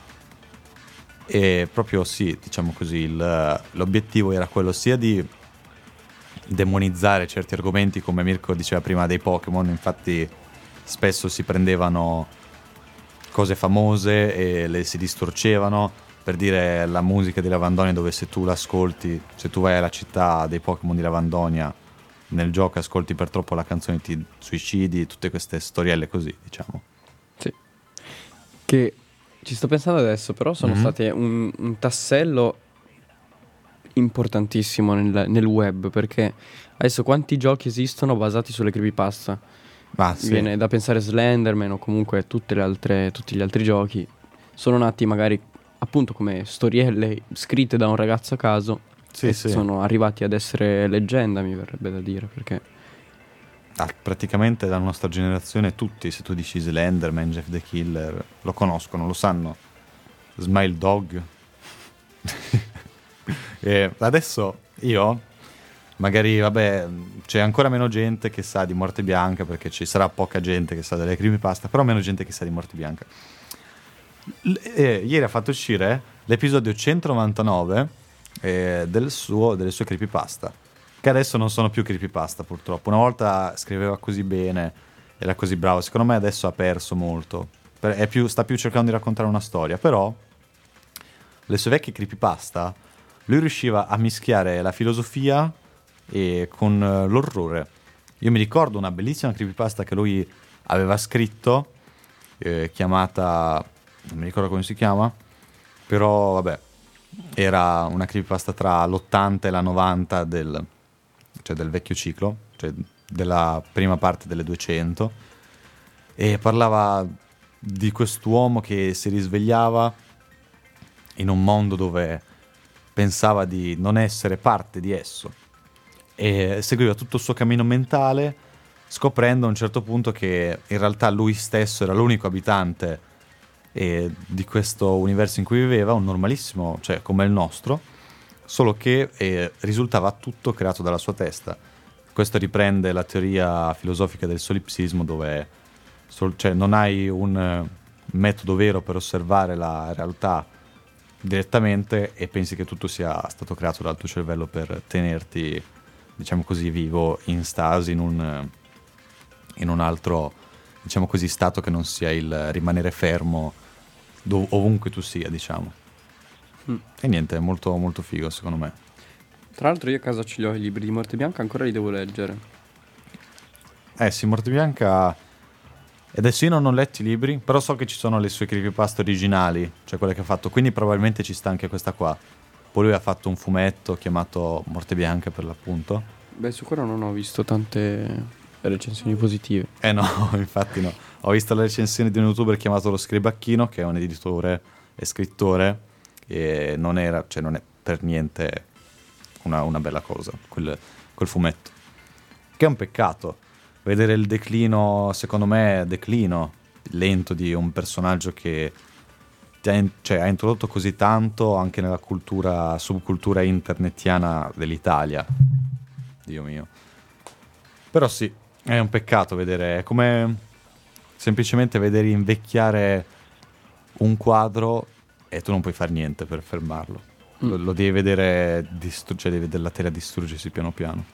E proprio sì, diciamo così, il, l'obiettivo era quello sia di demonizzare certi argomenti, come Mirko diceva prima dei Pokémon. Infatti spesso si prendevano cose famose e le si distorcevano, per dire la musica di Lavandonia, dove se tu l'ascolti, se tu vai alla città dei Pokémon di Lavandonia nel gioco, ascolti per troppo la canzone, ti suicidi, tutte queste storielle così, diciamo. Sì. Che ci sto pensando adesso, però sono Mm-hmm. state un, un tassello importantissimo nel, nel web, perché adesso quanti giochi esistono basati sulle creepypasta? Ma sì. Viene da pensare Slenderman o comunque tutte le altre, tutti gli altri giochi sono nati magari appunto come storielle scritte da un ragazzo a caso, Sì, e sì. sono arrivati ad essere leggenda, mi verrebbe da dire, perché Ah, praticamente la nostra generazione tutti, se tu dici Slenderman, Jeff the Killer, lo conoscono, lo sanno. Smile Dog. E adesso io, magari, vabbè, c'è ancora meno gente che sa di Morte Bianca, perché ci sarà poca gente che sa delle creepypasta, però meno gente che sa di Morte Bianca. L- eh, ieri ha fatto uscire l'episodio centonovantanove eh, del suo, delle sue creepypasta, che adesso non sono più creepypasta purtroppo. Una volta scriveva così bene, era così bravo, secondo me adesso ha perso molto, Per- è più, sta più cercando di raccontare una storia. Però le sue vecchie creepypasta lui riusciva a mischiare la filosofia e con eh, l'orrore. Io mi ricordo una bellissima creepypasta che lui aveva scritto, eh, chiamata, non mi ricordo come si chiama, però vabbè, era una creepypasta tra l'ottanta e la novanta del, cioè del vecchio ciclo, cioè della prima parte delle duecento, e parlava di quest'uomo che si risvegliava in un mondo dove pensava di non essere parte di esso, e seguiva tutto il suo cammino mentale, scoprendo a un certo punto che in realtà lui stesso era l'unico abitante eh, di questo universo in cui viveva, un normalissimo, cioè come il nostro, solo che eh, risultava tutto creato dalla sua testa. Questo riprende la teoria filosofica del solipsismo, dove sol- cioè non hai un eh, metodo vero per osservare la realtà direttamente e pensi che tutto sia stato creato dal tuo cervello per tenerti, diciamo così, vivo in stasi, in un, in un altro, diciamo così, stato che non sia il rimanere fermo dov- ovunque tu sia, diciamo. Mm. E niente, è molto, molto figo secondo me. tra l'altro io a casa ce li ho i libri di Morte Bianca, ancora li devo leggere. Eh sì, Morte Bianca. E adesso io non ho letto i libri, però so che ci sono le sue creepypasta originali, cioè quelle che ha fatto, quindi probabilmente ci sta anche questa qua. Poi lui ha fatto un fumetto chiamato Morte Bianca, per l'appunto. Beh, su quello non ho visto tante recensioni positive. Eh no, infatti no. Ho visto la recensione di un youtuber chiamato Lo Scribacchino, che è un editore e scrittore, e non era, cioè non è per niente una, una bella cosa quel, quel fumetto, che è un peccato vedere il declino, secondo me declino lento di un personaggio che ti ha, in- cioè, ha introdotto così tanto anche nella cultura, subcultura internetiana dell'Italia. Dio mio. Però sì, è un peccato vedere, è come semplicemente vedere invecchiare un quadro e tu non puoi fare niente per fermarlo. Mm. Lo, lo devi vedere distru- cioè devi vedere la terra distruggersi piano piano.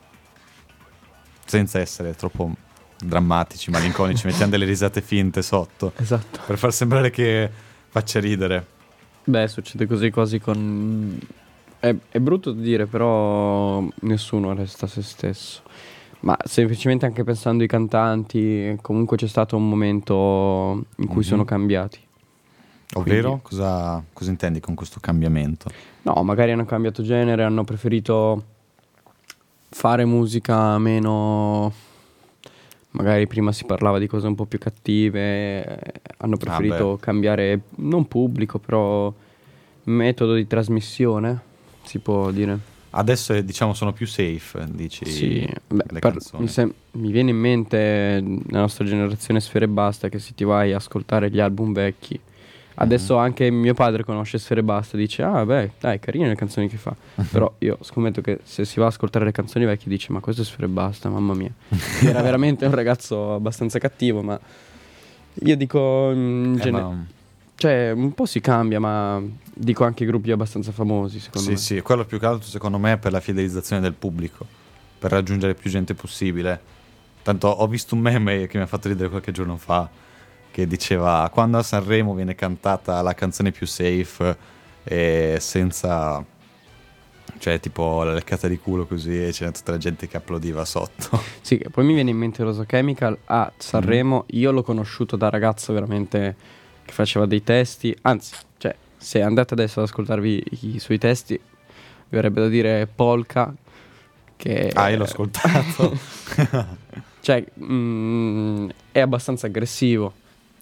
Senza essere troppo drammatici, malinconici, mettiamo delle risate finte sotto Esatto. per far sembrare che faccia ridere. Beh, succede così quasi con... È, è brutto da dire, però nessuno resta se stesso. Ma semplicemente anche pensando ai cantanti, comunque c'è stato un momento in cui Mhm. sono cambiati. Ovvero, cosa, cosa intendi con questo cambiamento? No, magari hanno cambiato genere, hanno preferito fare musica meno... Magari prima si parlava di cose un po' più cattive, eh, hanno preferito cambiare, non pubblico, però metodo di trasmissione, si può dire. Adesso eh, diciamo sono più safe, dici, Sì, beh, le per- canzoni. mi, sem- mi viene in mente la nostra generazione Sfere e Basta, che se ti vai a ascoltare gli album vecchi Adesso anche mio padre conosce Sfera Ebbasta, dice ah beh dai carine le canzoni che fa, però io scommetto che se si va a ascoltare le canzoni vecchie dice ma questo è Sfera Ebbasta, mamma mia. Era veramente un ragazzo abbastanza cattivo, ma io dico in Eh, gene- ma- cioè un po' si cambia, ma dico anche gruppi abbastanza famosi secondo Sì, me. sì, quello più che altro secondo me è per la fidelizzazione del pubblico, per raggiungere più gente possibile. Tanto ho visto un meme che mi ha fatto ridere qualche giorno fa, che diceva quando a Sanremo viene cantata la canzone più safe e senza, cioè tipo la leccata di culo così, e c'era tutta la gente che applaudiva sotto. Sì, che poi mi viene in mente Rosa Chemical a Sanremo. Io l'ho conosciuto da ragazzo veramente che faceva dei testi. Anzi, cioè, se andate adesso ad ascoltarvi i suoi testi, vi verrebbe da dire polka. Che Ah, io l'ho ascoltato. cioè, mm, è abbastanza aggressivo.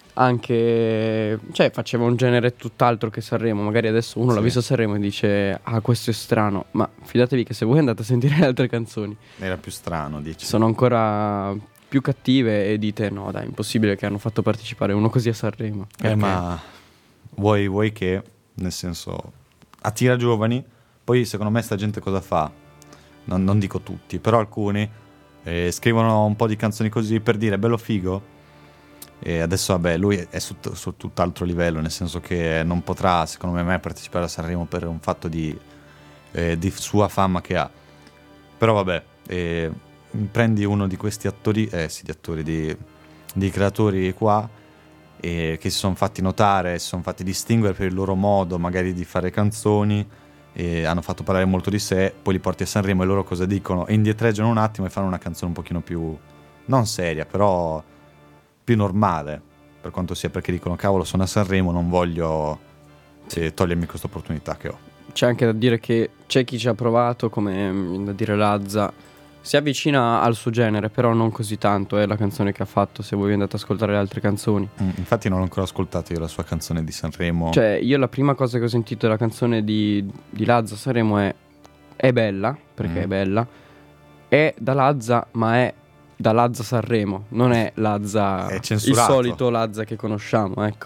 Anche, cioè, faceva un genere tutt'altro che Sanremo. Magari adesso uno l'ha Sì. visto a Sanremo e dice ah, questo è strano. Ma fidatevi che se voi andate a sentire le altre canzoni Era più strano, dici. sono ancora più cattive e dite no dai, impossibile che hanno fatto partecipare uno così a Sanremo. Eh, Perché- ma vuoi, vuoi che, nel senso, attira giovani, poi secondo me sta gente cosa fa? Non, non dico tutti, però alcuni eh, scrivono un po' di canzoni così per dire bello figo, e adesso vabbè lui è su, su tutt'altro livello, nel senso che non potrà secondo me mai partecipare a Sanremo per un fatto di, eh, di sua fama che ha. Però vabbè, eh, prendi uno di questi attori, eh sì, di attori, di, di creatori qua, e che si sono fatti notare, si sono fatti distinguere per il loro modo magari di fare canzoni, e hanno fatto parlare molto di sé, poi li porti a Sanremo e loro cosa dicono? E indietreggiano un attimo e fanno una canzone un pochino più, non seria, però più normale, per quanto sia, perché dicono cavolo sono a Sanremo, non voglio eh, togliermi questa opportunità che ho. C'è anche da dire che c'è chi ci ha provato, come mm, da dire Lazza, si avvicina al suo genere, però non così tanto è la canzone che ha fatto, se voi andate ad ascoltare le altre canzoni. Mm, infatti non ho ancora ascoltato io la sua canzone di Sanremo. Cioè, io la prima cosa che ho sentito della canzone di, di Lazza a Sanremo è è bella, perché Mm. è bella, è da Lazza, ma è da Lazza Sanremo, non è Lazza, È il censurato. solito Lazza che conosciamo, ecco.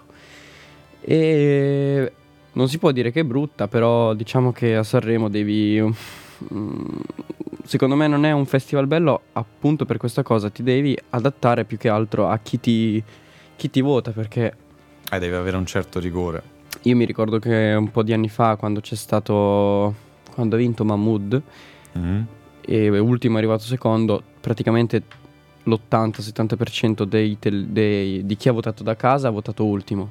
E non si può dire che è brutta, però diciamo che a Sanremo devi... mm, secondo me non è un festival bello appunto per questa cosa, ti devi adattare più che altro a chi ti, chi ti vota, perché Eh, deve avere un certo rigore. io mi ricordo che un po' di anni fa, quando c'è stato, quando ha vinto Mahmood Mm. e ultimo è arrivato secondo, praticamente l'ottanta settanta per cento dei tel- dei- di chi ha votato da casa ha votato ultimo,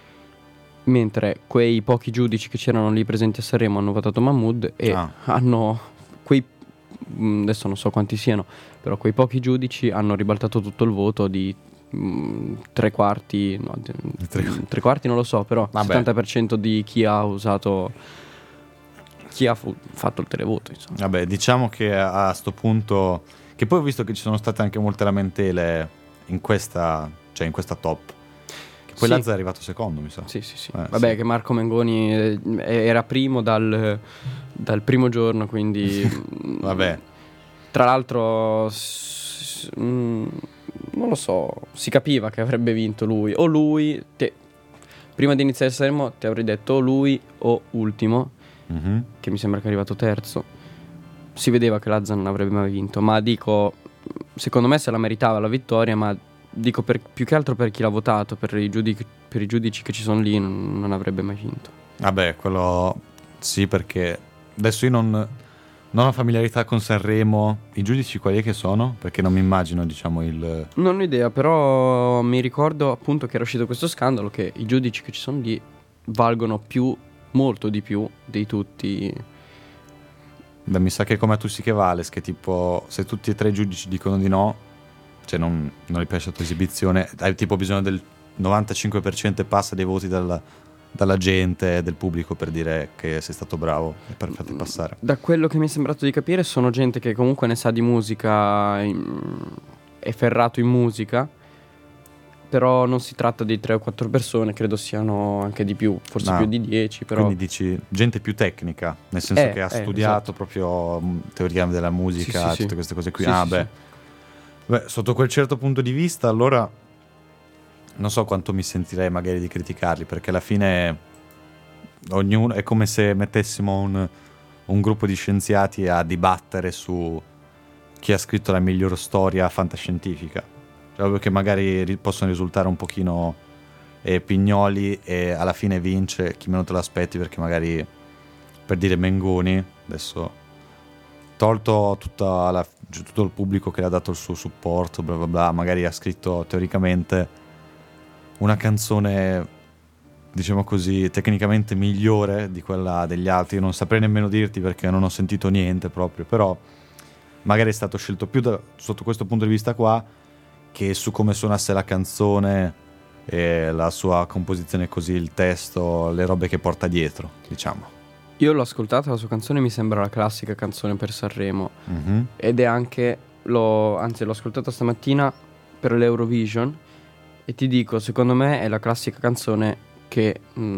mentre quei pochi giudici che c'erano lì presenti a Sanremo hanno votato Mahmood e Ah. hanno quei mh, adesso non so quanti siano, però quei pochi giudici hanno ribaltato tutto il voto di mh, tre quarti no, d- Tre- tre quarti non lo so, però Vabbè. settanta per cento di chi ha usato chi ha fu- fatto il televoto, insomma. Vabbè, diciamo che a, a sto punto, che poi ho visto che ci sono state anche molte lamentele in questa, cioè in questa top, che poi Sì. Lazza è arrivato secondo, mi sa. Sì, sì, sì. Eh, Vabbè, sì. che Marco Mengoni eh, era primo dal, dal primo giorno, quindi... mm, Vabbè. Tra l'altro, s- mm, non lo so, si capiva che avrebbe vinto lui. O lui, te- prima di iniziare il Sanremo ti avrei detto o lui o ultimo, Mhm. che mi sembra che è arrivato terzo. Si vedeva che Lazza non avrebbe mai vinto, ma dico, secondo me se la meritava la vittoria, ma dico per, più che altro per chi l'ha votato, per i, giudici, per i giudici che ci sono lì, non, non avrebbe mai vinto. Vabbè, quello sì, perché adesso io non, non ho familiarità con Sanremo. I giudici quali è che sono? Perché non mi immagino, diciamo, il... Non ho idea, però mi ricordo appunto che era uscito questo scandalo, che i giudici che ci sono lì valgono più, molto di più di tutti. Beh, mi sa che è come a Tu sì che vales, che tipo, se tutti e tre i giudici dicono di no, cioè non, non gli piace la tua esibizione, hai tipo bisogno del novantacinque per cento e passa dei voti dalla, dalla gente, del pubblico, per dire che sei stato bravo e per farti passare. Da quello che mi è sembrato di capire sono gente che comunque ne sa di musica, in- è ferrato in musica, però non si tratta di tre o quattro persone, credo siano anche di più, forse No. più di dieci, però... Quindi dici gente più tecnica, nel senso Eh, che ha eh, studiato proprio mh, teoria della musica, Sì, sì, tutte sì. queste cose qui. Sì, ah, sì, beh. sì. Beh, sotto quel certo punto di vista, allora non so quanto mi sentirei magari di criticarli, perché alla fine ognuno è come se mettessimo un, un gruppo di scienziati a dibattere su chi ha scritto la miglior storia fantascientifica, proprio che magari ri- possono risultare un pochino eh, pignoli, e alla fine vince chi meno te l'aspetti, perché magari, per dire, Mengoni, adesso tolto tutta la, tutto il pubblico che le ha dato il suo supporto, bla bla bla, magari ha scritto teoricamente una canzone, diciamo così, tecnicamente migliore di quella degli altri. Io non saprei nemmeno dirti perché non ho sentito niente proprio, però magari è stato scelto più da, sotto questo punto di vista qua, che su come suonasse la canzone e la sua composizione, così, il testo, le robe che porta dietro, diciamo. Io l'ho ascoltata, la sua canzone mi sembra la classica canzone per Sanremo, Mm-hmm. ed è anche, l'ho, anzi l'ho ascoltata stamattina per l'Eurovision, e ti dico, secondo me è la classica canzone che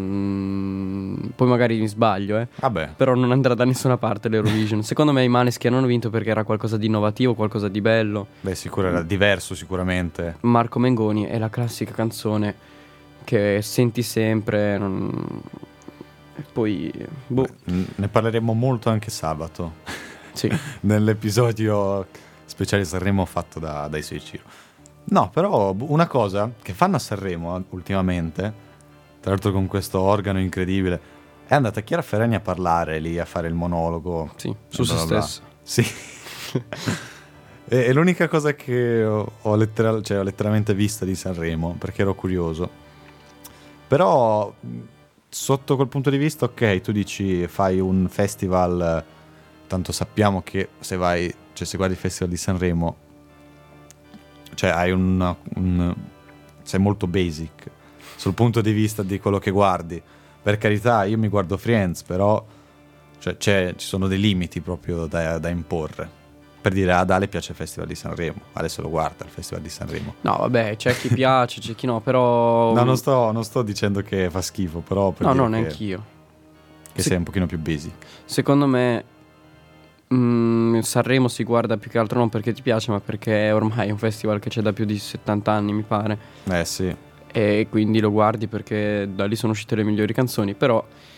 mm, poi magari mi sbaglio, eh, Vabbè, però non andrà da nessuna parte l'Eurovision. Secondo me i Maneskin hanno vinto perché era qualcosa di innovativo, qualcosa di bello. beh, sicuro era diverso sicuramente. Marco Mengoni è la classica canzone che senti sempre, non... e poi boh, N- ne parleremo molto anche sabato sì. nell'episodio speciale Sanremo fatto da, dai Seiciro. No, però una cosa che fanno a Sanremo eh, ultimamente, tra l'altro con questo organo incredibile, è andata Chiara Ferragni a parlare lì, a fare il monologo. Sì, su bla se bla bla. stessa. Sì. E- È l'unica cosa che ho, ho, letteral- cioè, ho letteralmente vista di Sanremo, perché ero curioso. Però mh, sotto quel punto di vista, ok, tu dici fai un festival, eh, tanto sappiamo che se vai, cioè se guardi il festival di Sanremo, cioè hai una, un, sei molto basic sul punto di vista di quello che guardi. Per carità, io mi guardo Friends, però cioè, c'è, ci sono dei limiti proprio da, da imporre. Per dire, ad Ale piace il Festival di Sanremo, Ale se lo guarda il Festival di Sanremo. No, vabbè, c'è chi piace, c'è chi no, però... No, non sto, non sto dicendo che fa schifo, però per No, dire no, che, neanch'io. che Se- sei un pochino più basic. Secondo me mm, Sanremo si guarda più che altro non perché ti piace, ma perché ormai è un festival che c'è da più di settanta anni, mi pare. Eh sì, E quindi lo guardi perché da lì sono uscite le migliori canzoni. Però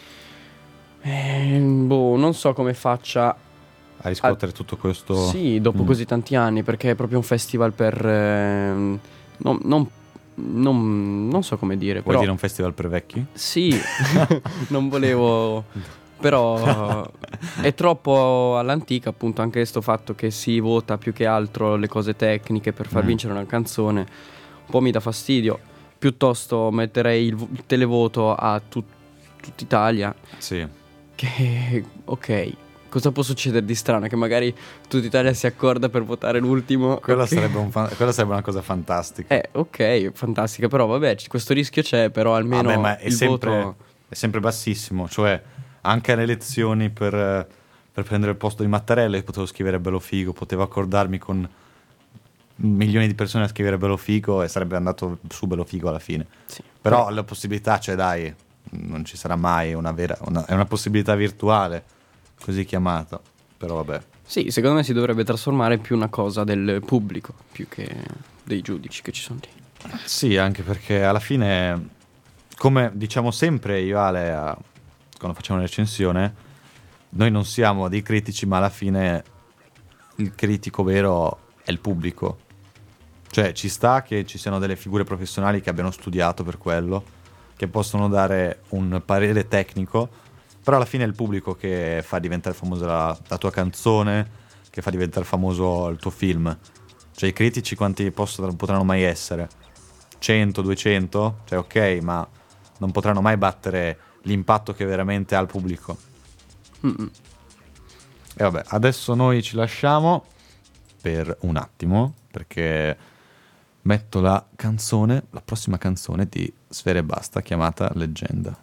eh, boh, non so come faccia a riscuotere tutto questo... sì, dopo Mm. così tanti anni, perché è proprio un festival per ehm, non, non, non, non so come dire, Vuoi però dire un festival per vecchi? sì, non volevo, però è troppo all'antica, appunto, anche questo fatto che si vota più che altro le cose tecniche per far Mm. vincere una canzone, un po' mi dà fastidio. Piuttosto metterei il, vo- il televoto a tut- tutta Italia, Sì. che ok, cosa può succedere di strano? Che magari tutta Italia si accorda per votare l'ultimo. Quella, ok. sarebbe un fa- quella sarebbe una cosa fantastica. Eh, ok, fantastica, però vabbè, c- questo rischio c'è, però almeno Vabbè, ma è il sempre, voto... è sempre bassissimo. Cioè, anche alle elezioni per, per prendere il posto di Mattarella, io potevo scrivere bello figo, potevo accordarmi con milioni di persone a scrivere bello figo e sarebbe andato su bello figo alla fine. Sì. Però la possibilità c'è, dai, non ci sarà mai una vera... Una, è una possibilità virtuale, così chiamata. Però vabbè. Sì, secondo me si dovrebbe trasformare in più una cosa del pubblico, più che dei giudici che ci sono lì. Sì, anche perché alla fine, come diciamo sempre io e Ale a- quando facciamo una recensione, noi non siamo dei critici, ma alla fine il critico vero è il pubblico. Cioè ci sta che ci siano delle figure professionali che abbiano studiato per quello, che possono dare un parere tecnico, però alla fine è il pubblico che fa diventare famosa la, la tua canzone, che fa diventare famoso il tuo film. Cioè i critici quanti possono, potranno mai essere? cento, duecento? Cioè ok, ma non potranno mai battere l'impatto che veramente ha il pubblico. Mm-mm. E vabbè, adesso noi ci lasciamo per un attimo, perché metto la canzone, la prossima canzone di Sfera Ebbasta, chiamata Leggenda.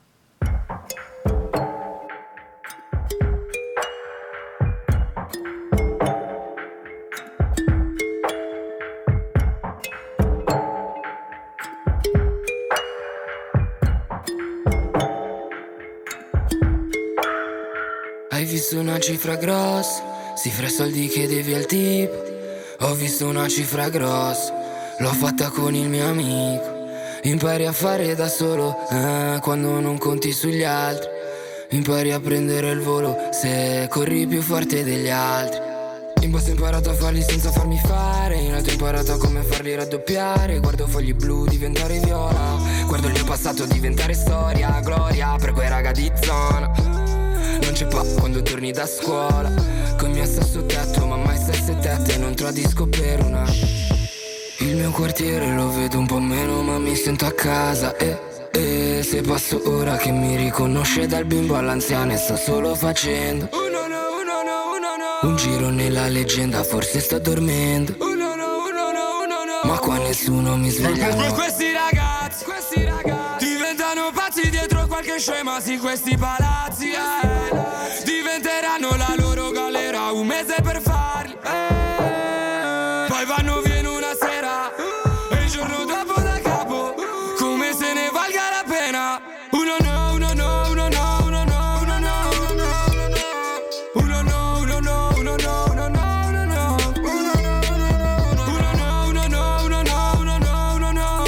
Hai visto una cifra grossa, cifra soldi che devi al tipo. Ho visto una cifra grossa, l'ho fatta con il mio amico. Impari a fare da solo eh, quando non conti sugli altri. Impari a prendere il volo se corri più forte degli altri. In basso ho imparato a farli senza farmi fare. In alto ho imparato a come farli raddoppiare. Guardo fogli blu diventare viola. Guardo il mio passato diventare storia. Gloria per quei raga di zona. Non c'è pa' quando torni da scuola. Con mio stesso tetto ma mai stesse tette. Non tradisco per una. Il mio quartiere lo vedo un po' meno ma mi sento a casa. E, e se passo ora che mi riconosce dal bimbo all'anziano e sto solo facendo un giro nella leggenda, forse sto dormendo, ma qua nessuno mi sveglia. Questi ragazzi, questi ragazzi diventano pazzi dietro qualche scema. Sì, questi palazzi eh, diventeranno la loro galera. Un mese per farli eh, poi vanno via in una sera e il giorno dopo da capo, come se ne valga la pena. Uno no, uno no, uno no, uno no, uno no, uno no, uno no, uno no, uno no, uno no, uno no, uno no, uno no, uno no,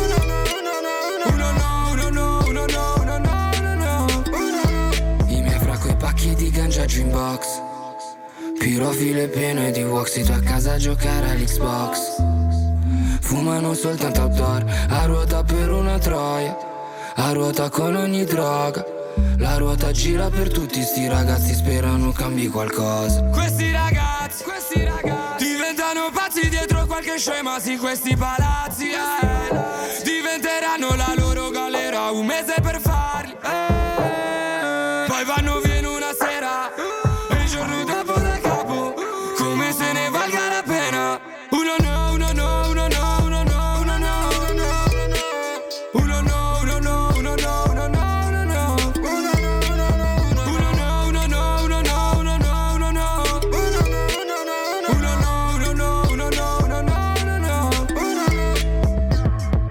I miei fra coi pacchi di ganja giù in box. Pirofile pieno di Woxy, tu a casa a giocare all'Xbox. Fumano soltanto outdoor, a ruota per una troia, a ruota con ogni droga. La ruota gira per tutti sti ragazzi, sperano cambi qualcosa. Questi ragazzi, questi ragazzi diventano pazzi dietro qualche scema. Sì, questi palazzi eh, diventeranno la loro galera. Un mese per farli eh, poi vanno via in una sera e il giorno dopo da capo, come se ne valga la pena. Uno no, uno no, uno no, uno no, uno no, uno no, uno no, uno no, uno no, uno no, uno no, uno no, uno no, uno no, uno no, uno no, uno no, uno no, uno no, uno no.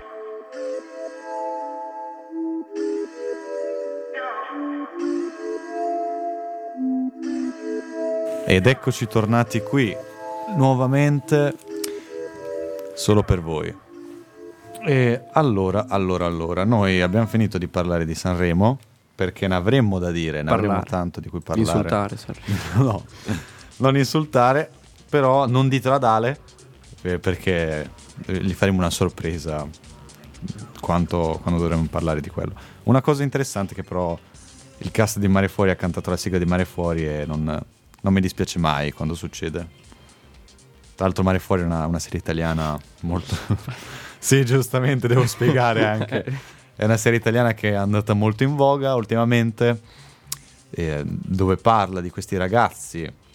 Ed eccoci tornati qui nuovamente solo per voi. E allora, allora, allora, noi abbiamo finito di parlare di Sanremo perché ne avremmo da dire, ne Parlare. avremmo tanto di cui parlare. Insultare, Sanremo. No, non insultare, però non ditelo ad Ale eh, perché gli faremo una sorpresa quanto, quando dovremo parlare di quello. Una cosa interessante è che però il cast di Mare Fuori ha cantato la sigla di Mare Fuori e non, non mi dispiace mai quando succede. Tra l'altro Mare Fuori è una, una serie italiana molto... Sì, giustamente, devo spiegare anche. È una serie italiana che è andata molto in voga ultimamente, eh, dove parla di questi ragazzi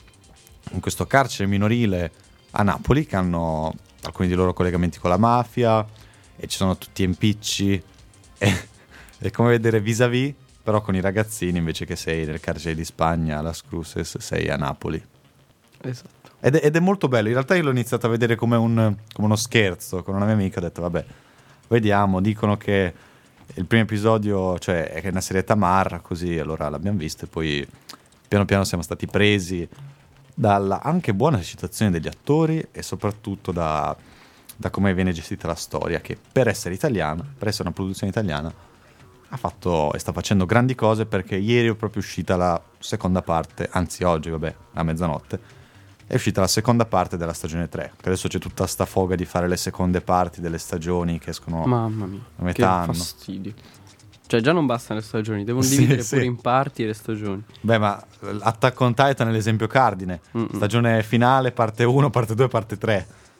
in questo carcere minorile a Napoli che hanno alcuni di loro collegamenti con la mafia e ci sono tutti impicci. E, è come vedere Vis-a-Vis, però con i ragazzini, invece che sei nel carcere di Spagna, Las Cruces, sei a Napoli. Esatto. Ed è, ed è molto bello. In realtà io l'ho iniziato a vedere come, un, come uno scherzo con una mia amica. Ho detto vabbè, vediamo. Dicono che il primo episodio, cioè è una serie tamarra, così, allora l'abbiamo visto e poi piano piano siamo stati presi dalla anche buona recitazione degli attori e soprattutto da, da come viene gestita la storia, che per essere italiana, per essere una produzione italiana, ha fatto e sta facendo grandi cose, perché ieri è proprio uscita la seconda parte, anzi oggi, vabbè, a mezzanotte, è uscita la seconda parte della stagione tre, che adesso c'è tutta sta foga di fare le seconde parti delle stagioni che escono Mamma mia, a metà che anno. fastidio. Cioè già non bastano le stagioni, devono Sì, dividere sì. pure in parti le stagioni. Beh, ma Attack on Titan è l'esempio cardine. Mm-mm. Stagione finale, parte uno, parte due, parte tre.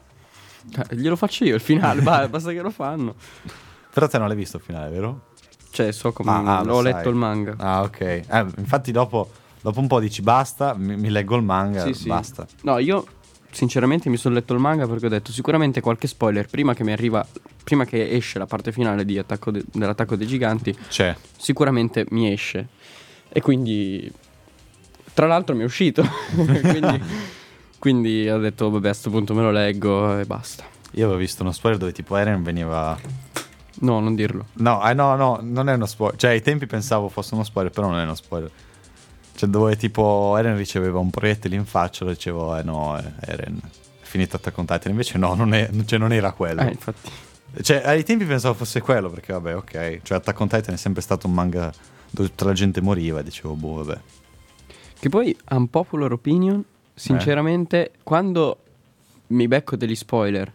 Eh, glielo faccio io il finale, ba- basta che lo fanno. Però te non l'hai visto il finale, vero? Cioè so come... Ah, ah, lo ho sai. letto il manga. Ah, ok. Eh, infatti dopo, dopo un po' dici basta, mi, mi leggo il manga, Sì, sì. basta. No, io sinceramente mi sono letto il manga perché ho detto sicuramente qualche spoiler prima che mi arriva, prima che esce la parte finale di Attacco de- dell'Attacco dei Giganti, C'è. sicuramente mi esce. E quindi tra l'altro mi è uscito. quindi, quindi ho detto vabbè, a sto punto me lo leggo e basta. Io avevo visto uno spoiler dove tipo Eren veniva... No, non dirlo. No, eh, no, no, non è uno spoiler. Cioè ai tempi pensavo fosse uno spoiler, però non è uno spoiler. Cioè dove tipo Eren riceveva un proiettile in faccia, lo dicevo eh no, eh, Eren è finito Attack on Titan. Invece no, non, è, cioè, non era quello. Eh, infatti. Cioè, ai tempi pensavo fosse quello, perché vabbè, ok. Cioè, Attack on Titan è sempre stato un manga dove tutta la gente moriva e dicevo, boh, vabbè. Che poi, unpopular opinion, sinceramente, eh. quando mi becco degli spoiler,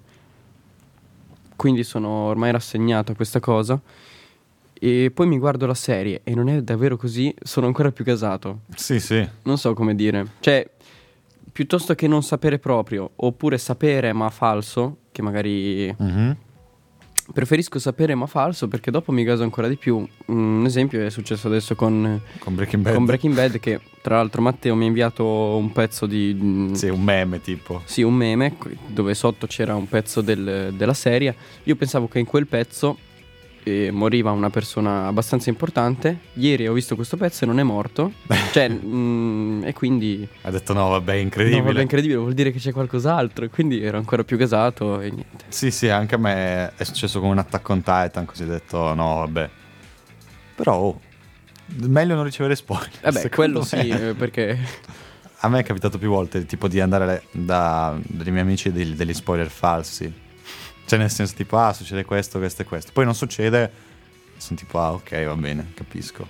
quindi sono ormai rassegnato a questa cosa, e poi mi guardo la serie e non è davvero così, sono ancora più gasato. Sì, sì. Non so come dire. Cioè, piuttosto che non sapere proprio, oppure sapere ma falso, che magari... Mm-hmm. Preferisco sapere ma falso, perché dopo mi gaso ancora di più. Un esempio è successo adesso con, con Breaking Bad. Con Breaking Bad, che tra l'altro Matteo mi ha inviato un pezzo di... Sì, un meme tipo. Sì, un meme, dove sotto c'era un pezzo del, della serie. Io pensavo che in quel pezzo eh, moriva una persona abbastanza importante. Ieri ho visto questo pezzo e non è morto. Cioè, mh, e quindi... Ha detto no, vabbè, incredibile. No, vabbè, incredibile, vuol dire che c'è qualcos'altro. E quindi ero ancora più gasato e niente. Sì, sì, anche a me è successo con un Attack on Titan, così ho detto no, vabbè. Però, oh, meglio non ricevere spoiler. Vabbè, quello sì, eh, perché... A me è capitato più volte, tipo, di andare da dei miei amici degli, degli spoiler falsi. Cioè, nel senso, tipo, ah, succede questo, questo e questo. Poi non succede, sono tipo, ah, ok, va bene, capisco.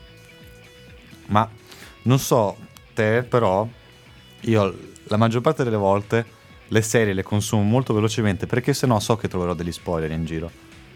Ma non so te, però, io la maggior parte delle volte le serie le consumo molto velocemente, perché sennò so che troverò degli spoiler in giro.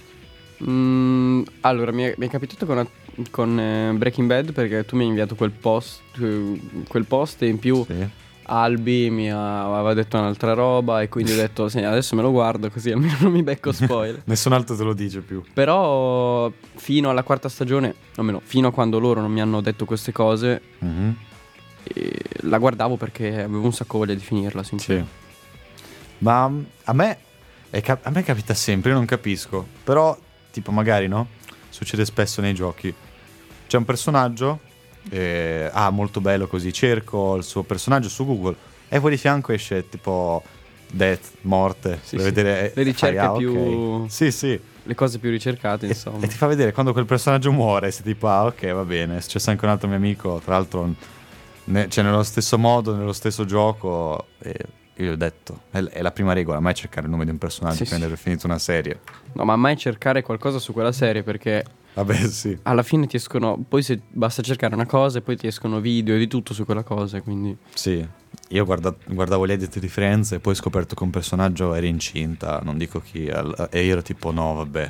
Mm, allora, mi è, mi è capitato con, con eh, Breaking Bad, perché tu mi hai inviato quel post, eh, quel post e in più... Sì. Albi mi aveva detto un'altra roba e quindi ho detto sì, adesso me lo guardo così almeno non mi becco spoiler. Nessun altro te lo dice più. Però fino alla quarta stagione, almeno fino a quando loro non mi hanno detto queste cose, mm-hmm. e la guardavo perché avevo un sacco voglia di finirla, sinceramente. Sì. Ma a me, è cap- a me capita sempre, io non capisco. Però tipo magari no, succede spesso nei giochi. C'è un personaggio... Eh, ah, molto bello, così cerco il suo personaggio su Google e poi di fianco esce tipo death, morte, sì, per sì. vedere le ricerche ah, più okay. Sì, sì, le cose più ricercate, e, insomma, e ti fa vedere quando quel personaggio muore, sei tipo ah, ok, va bene. È successo anche un altro mio amico, tra l'altro ne, cioè nello stesso modo, nello stesso gioco, e io gli ho detto è, è la prima regola, mai cercare il nome di un personaggio sì, prima di sì. aver finito una serie. No, ma mai cercare qualcosa su quella serie, perché vabbè, sì, alla fine ti escono, poi se basta cercare una cosa e poi ti escono video e di tutto su quella cosa, quindi sì. Io guarda, guardavo gli edit di Friends e poi ho scoperto che un personaggio era incinta, non dico chi, al, e io ero tipo no, vabbè.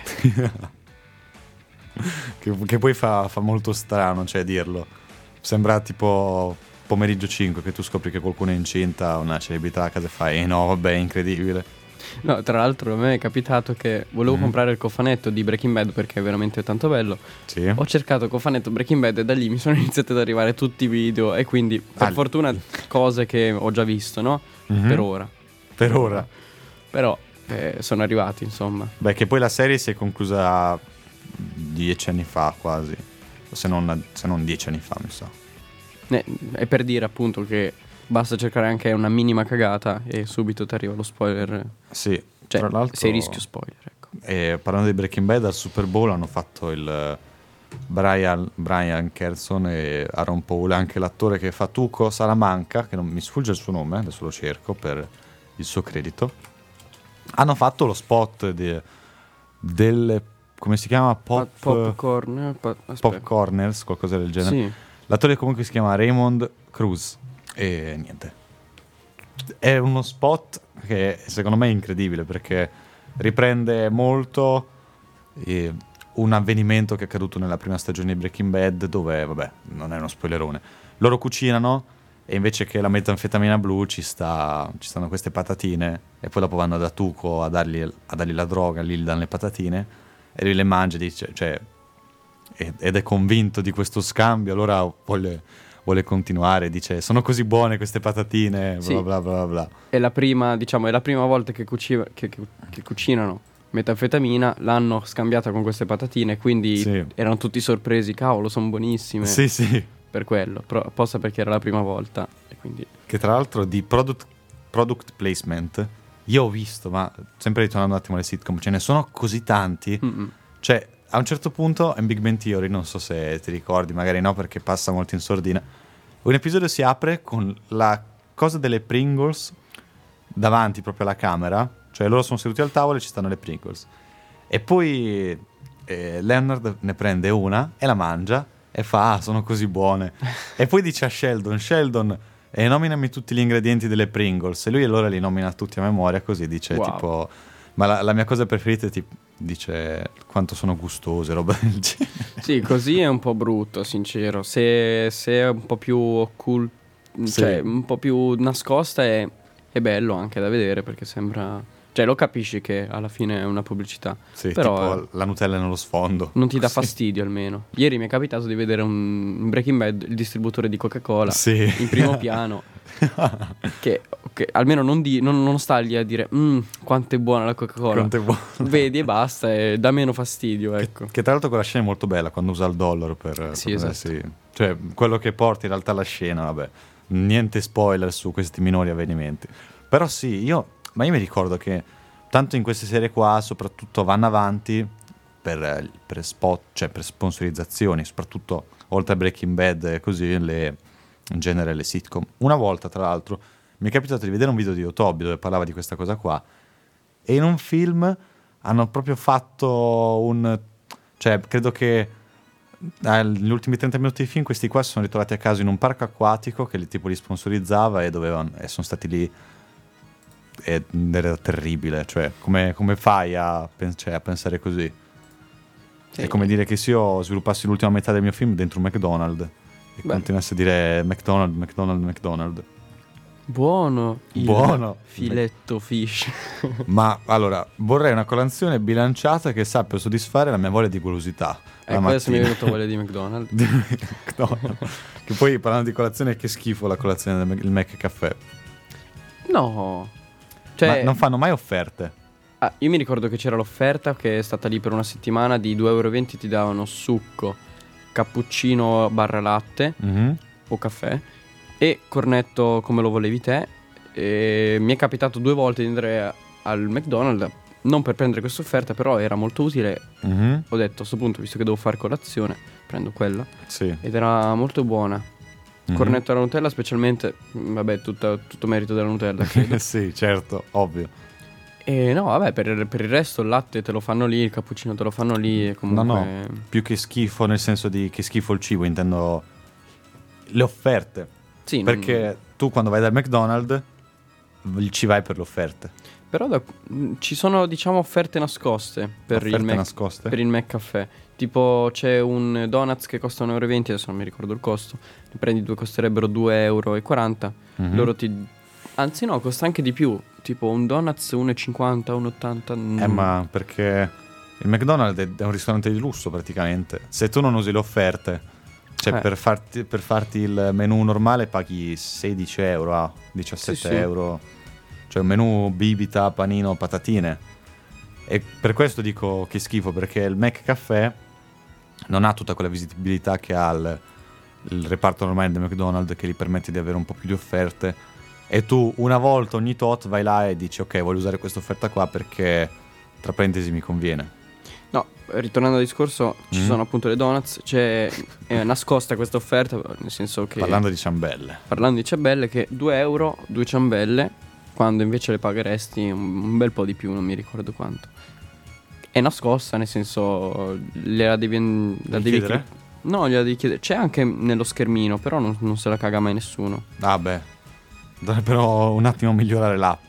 che, che poi fa, fa molto strano, cioè dirlo. Sembra tipo pomeriggio cinque che tu scopri che qualcuno è incinta, una celebrità a casa e fai eh no, vabbè, è incredibile. No, tra l'altro a me è capitato che volevo mm. comprare il cofanetto di Breaking Bad perché è veramente tanto bello. Sì. Ho cercato cofanetto Breaking Bad e da lì mi sono iniziati ad arrivare tutti i video e quindi per ah, fortuna cose che ho già visto, no? Mm-hmm. Per ora. Per ora. Però eh, sono arrivati, insomma. Beh, che poi la serie si è conclusa dieci anni fa quasi, se non, se non dieci anni fa, mi sa. Eh, è per dire appunto che basta cercare anche una minima cagata e subito ti arriva lo spoiler. Sì, cioè, tra l'altro sei rischio spoiler, ecco. E parlando di Breaking Bad, al Super Bowl hanno fatto il Brian, Brian Cranston e Aaron Paul, anche l'attore che fa Tuco Salamanca, che non mi sfugge il suo nome, adesso lo cerco per il suo credito. Hanno fatto lo spot di, del, come si chiama? Pop, Popcorn, po- Pop Corners, qualcosa del genere. Sì. L'attore comunque si chiama Raymond Cruz. E niente, è uno spot che secondo me è incredibile perché riprende molto eh, un avvenimento che è accaduto nella prima stagione di Breaking Bad, dove, vabbè, non è uno spoilerone, loro cucinano e invece che la metanfetamina blu ci sta ci stanno queste patatine e poi dopo vanno da Tuco a dargli, a dargli la droga, lì gli danno le patatine e lui le mangia e dice, cioè, ed è convinto di questo scambio, allora vuole vuole continuare, dice sono così buone queste patatine, bla, sì. bla bla bla. È la prima, diciamo, è la prima volta che, cuci- che, che, che cucinano metanfetamina, l'hanno scambiata con queste patatine, quindi sì. erano tutti sorpresi, cavolo, sono buonissime. Sì, sì. Per quello, però apposta perché era la prima volta e quindi... Che tra l'altro di product, product placement io ho visto, ma sempre ritornando un attimo alle sitcom, ce ne sono così tanti. Mm-mm. Cioè a un certo punto in Big Bang Theory, non so se ti ricordi, magari no perché passa molto in sordina, un episodio si apre con la cosa delle Pringles davanti proprio alla camera, cioè loro sono seduti al tavolo e ci stanno le Pringles E poi eh, Leonard ne prende una e la mangia e fa, ah, sono così buone. E poi dice a Sheldon, Sheldon, eh, nominami tutti gli ingredienti delle Pringles. E lui allora li nomina tutti a memoria, così dice Wow. tipo, ma la, la mia cosa preferita è tipo, dice quanto sono gustose, roba del genere. Sì, così è un po' brutto, sincero. Se, se è un po' più occult, Sì. cioè un po' più nascosta, è, è bello anche da vedere perché sembra... Cioè lo capisci che alla fine è una pubblicità. Sì, Però tipo la Nutella nello sfondo. non ti dà Così. fastidio almeno. Ieri mi è capitato di vedere un in Breaking Bad il distributore di Coca-Cola Sì. in primo piano. che, che almeno non, di, non, non sta lì a dire "Mm, quanto è buona la Coca-Cola". Quanto è buono. Vedi e basta e dà meno fastidio, ecco. Che tra l'altro quella scena è molto bella quando usa il dollaro per... Sì, per- esatto. Cioè, quello che porta in realtà la scena, vabbè. Niente spoiler su questi minori avvenimenti. Però sì, io... Ma io mi ricordo che tanto in queste serie qua soprattutto vanno avanti per, per spot, cioè per sponsorizzazioni, soprattutto oltre a Breaking Bad e così, le, in genere le sitcom. Una volta, tra l'altro, mi è capitato di vedere un video di Yotobi dove parlava di questa cosa qua e in un film hanno proprio fatto un... Cioè, credo che eh, negli ultimi trenta minuti di film questi qua si sono ritrovati a caso in un parco acquatico che li, tipo li sponsorizzava e dovevano e sono stati lì. Ed era terribile, cioè come, come fai a, pen- cioè, a pensare così? Sì. È come dire che se io sviluppassi l'ultima metà del mio film dentro un McDonald's e Beh. continuassi a dire McDonald's, McDonald's, McDonald's. Buono. il Buono. Filetto fish. Ma allora, vorrei una colazione bilanciata che sappia soddisfare la mia voglia di golosità. la Ecco, adesso mi è mattina. venuto voglia di McDonald's. Di McDonald's. Che poi parlando di colazione, che schifo la colazione del Mac- il Mac Caffè. No. Cioè, Ma non fanno mai offerte. ah, io mi ricordo che c'era l'offerta che è stata lì per una settimana di due euro e venti ti davano succo, cappuccino barra latte Mhm. o caffè e cornetto come lo volevi te. E mi è capitato due volte di andare al McDonald's non per prendere questa offerta, però era molto utile. Mhm. Ho detto a questo punto, visto che devo fare colazione, prendo quella Sì. ed era molto buona. Mhm. Cornetto alla Nutella specialmente, mm, vabbè, tutta- tutto merito della Nutella, credo. Sì, certo, ovvio. E no, vabbè, per, per il resto il latte te lo fanno lì, il cappuccino te lo fanno lì e comunque... No, no, più che schifo nel senso di che schifo il cibo, intendo le offerte. Sì, non- Perché tu quando vai dal McDonald's ci vai per le offerte. Però da- mh, ci sono, diciamo, offerte nascoste per Offerte il Mac, nascoste? per il McCaffè. Tipo c'è un donuts che costa un euro e venti, adesso non mi ricordo il costo. Ne prendi due, costerebbero due euro e quaranta. Mhm. Loro ti... Anzi no, costa anche di più. Tipo un donuts uno e cinquanta, uno e ottanta. mm. Eh, ma perché il McDonald's è- è un ristorante di lusso praticamente. Se tu non usi le offerte, cioè Eh. per, farti, per farti il menù normale paghi sedici euro, ah, diciassette Sì, sì. euro. Cioè un menù bibita, panino, patatine. E per questo dico che schifo, perché il McCaffè non ha tutta quella visibilità che ha il, il reparto normale del McDonald's, che gli permette di avere un po' più di offerte. E tu una volta ogni tot vai là e dici ok, voglio usare questa offerta qua perché tra parentesi mi conviene. No, ritornando al discorso, ci Mm. sono appunto le donuts. C'è è nascosta questa offerta, nel senso che... Parlando di ciambelle. parlando di ciambelle, che due euro, due ciambelle, quando invece le pagheresti un, un bel po' di più, non mi ricordo quanto. È nascosta, nel senso, la devi, la devi chiedere? chied- No, gliela devi chiedere. C'è anche nello schermino, però non, non se la caga mai nessuno. Ah beh, dovrebbero un attimo migliorare l'app.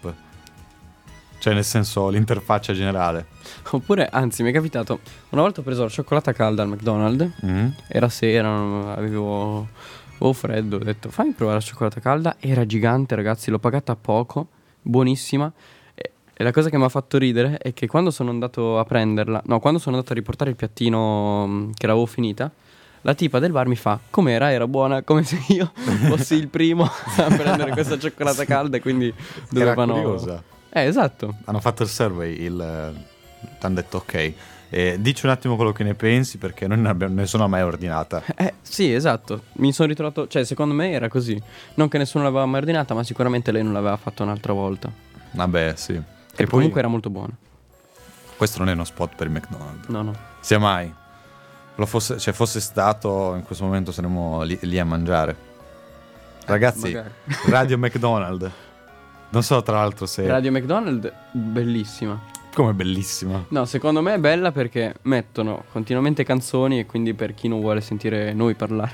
Cioè nel senso l'interfaccia generale. Oppure, anzi, mi è capitato, una volta ho preso la cioccolata calda al McDonald's, Mm. era sera, non- avevo, avevo freddo, ho detto fammi provare la cioccolata calda, era gigante ragazzi, l'ho pagata poco, buonissima. E, e la cosa che mi ha fatto ridere è che quando sono andato a prenderla, no, quando sono andato a riportare il piattino mh, che l'avevo finita, la tipa del bar mi fa com'era, era buona, come se io fossi il primo a prendere questa cioccolata calda e quindi Era dovevano... curiosa. Eh, esatto. Hanno fatto il survey, il... hanno detto ok. Eh, dici un attimo quello che ne pensi perché noi ne abbiamo nessuno mai ordinata. Eh, sì, esatto. Mi sono ritrovato, cioè, secondo me era così. Non che nessuno l'aveva mai ordinata, ma sicuramente lei non l'aveva fatto un'altra volta. Vabbè, sì. E E poi comunque era molto buona. questo non è uno spot per il McDonald's. No, no. Sia mai. Lo fosse, cioè fosse stato, in questo momento saremmo lì, lì a mangiare. Ragazzi, magari. Radio McDonald's. Non so tra l'altro se... Radio McDonald's, bellissima. Come bellissima. No, secondo me è bella perché mettono continuamente canzoni e quindi per chi non vuole sentire noi parlare.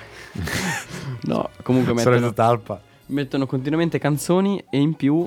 No, comunque mettono, talpa. mettono continuamente canzoni e in più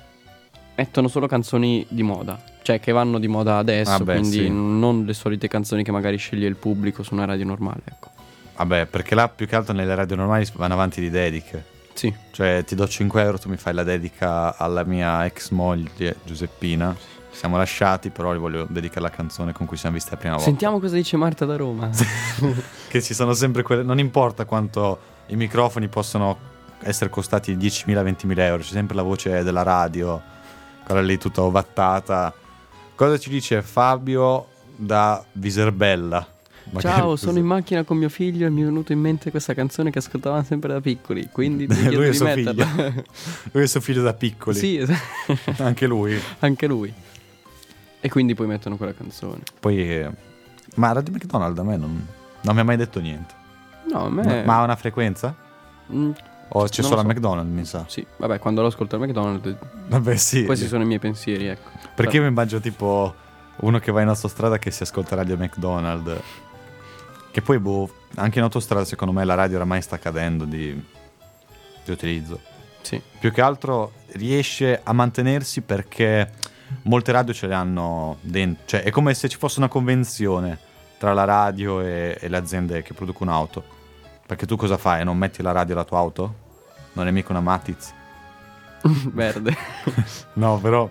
mettono solo canzoni di moda. Cioè che vanno di moda adesso, Ah, beh, quindi sì. non le solite canzoni che magari sceglie il pubblico su una radio normale, ecco. Vabbè, perché là più che altro nelle radio normali vanno avanti di dediche. Sì. Cioè ti do cinque euro, tu mi fai la dedica alla mia ex moglie Giuseppina. Ci siamo lasciati, però gli voglio dedicare la canzone con cui siamo visti la prima volta. Sentiamo cosa dice Marta da Roma. Che ci sono sempre quelle. Non importa quanto i microfoni possono essere costati diecimila ventimila euro, c'è sempre la voce della radio, quella lì tutta ovattata. Cosa ci dice Fabio da Viserbella? Magari Ciao, così. sono in macchina con mio figlio e mi è venuto in mente questa canzone che ascoltavamo sempre da piccoli, quindi ti chiedo Lui è di suo metterla. figlio. Lui è suo figlio da piccoli. Sì, es- Anche lui. anche lui. E quindi poi mettono quella canzone. Poi eh, ma Radio McDonald's a me non, non mi ha mai detto niente. No, a me... Ma- Ma ha una frequenza? Mm, O c'è Non solo lo a so. McDonald's, mi sa. sì, vabbè, quando lo ascolto al McDonald's, Vabbè, sì. questi sono i miei pensieri, ecco. Perché io mi immagino tipo uno che va in autostrada che si ascolta Radio McDonald's. Che poi, boh, anche in autostrada secondo me la radio oramai sta cadendo di, di utilizzo. Sì. Più che altro riesce a mantenersi perché molte radio ce le hanno dentro. Cioè è come se ci fosse una convenzione tra la radio e, e le aziende che producono auto. Perché tu cosa fai? Non metti la radio alla tua auto? Non è mica una Matiz? Verde. No, però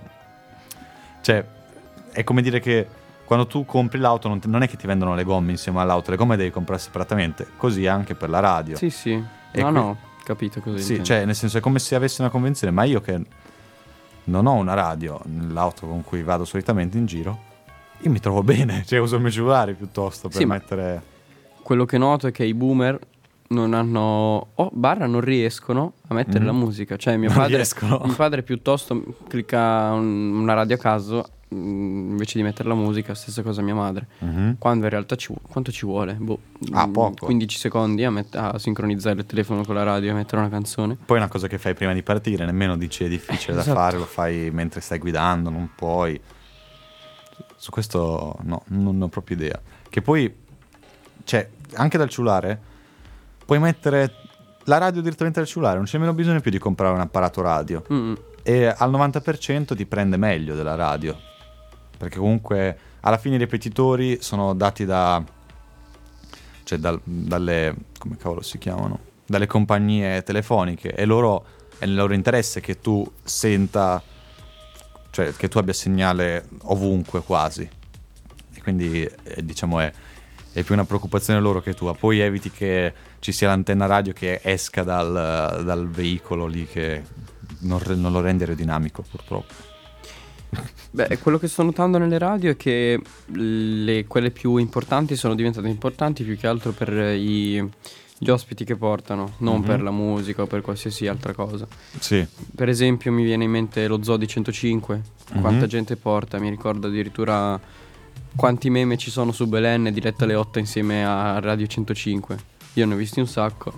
cioè è come dire che quando tu compri l'auto non, ti- non è che ti vendono le gomme insieme all'auto, le gomme devi comprare separatamente. Così anche per la radio. Sì, sì. E No, qui- no, capito cosa Sì, intendi. cioè nel senso è come se avessi una convenzione, ma io che non ho una radio nell'auto con cui vado solitamente in giro, io mi trovo bene, cioè uso il mio cellulare piuttosto per Sì, ma- mettere. Quello che noto è che i boomer non hanno o barra non riescono a mettere Mhm. la musica. Cioè mio Non padre, riescono. mio padre piuttosto clicca un- una radio a caso mm, invece di mettere la musica, stessa cosa mia madre. Mhm. Quando in realtà ci, vu- quanto ci vuole? Boh, Ah, mm, poco. quindici secondi a, met- a sincronizzare il telefono con la radio e mettere una canzone. Poi è una cosa che fai prima di partire, nemmeno dici è difficile da Esatto. fare, lo fai mentre stai guidando, non puoi. Su questo no, non ho proprio idea. Che poi, cioè, anche dal cellulare puoi mettere la radio direttamente dal cellulare, non c'è nemmeno bisogno più di comprare un apparato radio. Mm, E al novanta per cento ti prende meglio della radio. Perché comunque alla fine i ripetitori sono dati da. Cioè dal- dalle. Come cavolo si chiamano? Dalle compagnie telefoniche. E loro. È nel loro interesse che tu senta. Cioè che tu abbia segnale ovunque quasi. E quindi eh, diciamo è. È più una preoccupazione loro che tua. Poi eviti che ci sia l'antenna radio che esca dal, dal veicolo lì che non, re- non lo rende aerodinamico purtroppo. Beh, quello che sto notando nelle radio è che le- quelle più importanti sono diventate importanti più che altro per i- gli ospiti che portano, non Mhm. per la musica o per qualsiasi altra cosa. Sì. Per esempio mi viene in mente lo Zoo di centocinque, Mhm. quanta gente porta, mi ricordo addirittura quanti meme ci sono su Belen e Diletta Leotta insieme a Radio centocinque. Io ne ho visti un sacco.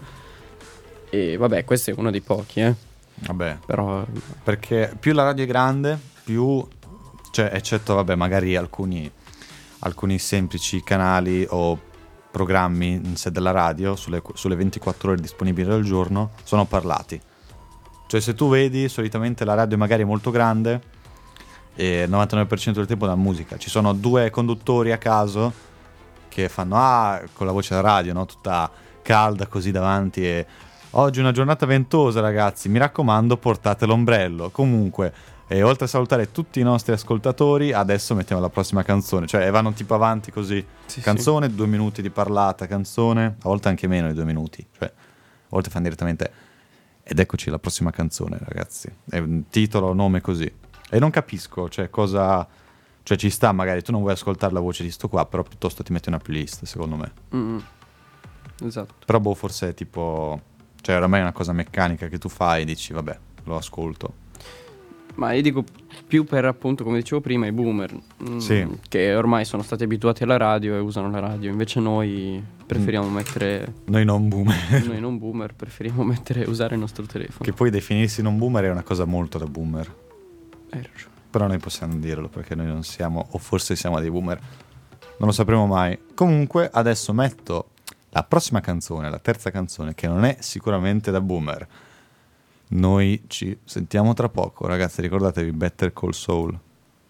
E vabbè, questo è uno dei pochi, eh. Vabbè, Però perché più la radio è grande, più, cioè, eccetto, vabbè, magari alcuni, alcuni semplici canali o programmi in sé della radio, sulle, sulle ventiquattro ore disponibili al giorno, sono parlati. Cioè, se tu vedi, solitamente la radio magari è molto grande e il novantanove per cento del tempo è la musica. Ci sono due conduttori a caso che fanno, ah, con la voce da radio, no? Tutta calda così davanti e... Oggi è una giornata ventosa, ragazzi, mi raccomando, portate l'ombrello. Comunque, e oltre a salutare tutti i nostri ascoltatori, adesso mettiamo la prossima canzone. Cioè, vanno tipo avanti così. sì, Canzone, due minuti di parlata, canzone, a volte anche meno di due minuti. Cioè, a volte fanno direttamente... Ed eccoci la prossima canzone, ragazzi. È un titolo, nome così. E non capisco, cioè, cosa... Cioè, ci sta, magari tu non vuoi ascoltare la voce di sto qua, però piuttosto ti metti una playlist, secondo me. mm, esatto. Però boh, forse è tipo... Cioè oramai è una cosa meccanica che tu fai e dici vabbè, lo ascolto. Ma io dico più per appunto, come dicevo prima, i boomer mm, Sì. che ormai sono stati abituati alla radio e usano la radio. Invece noi preferiamo Mm. mettere Noi non boomer. noi non boomer, preferiamo mettere usare il nostro telefono. Che poi definirsi non boomer è una cosa molto da boomer. Hai ragione. però noi possiamo dirlo perché noi non siamo, o forse siamo dei boomer, non lo sapremo mai. Comunque adesso metto la prossima canzone, la terza canzone, che non è sicuramente da boomer. Noi ci sentiamo tra poco, ragazzi, ricordatevi Better Call Saul.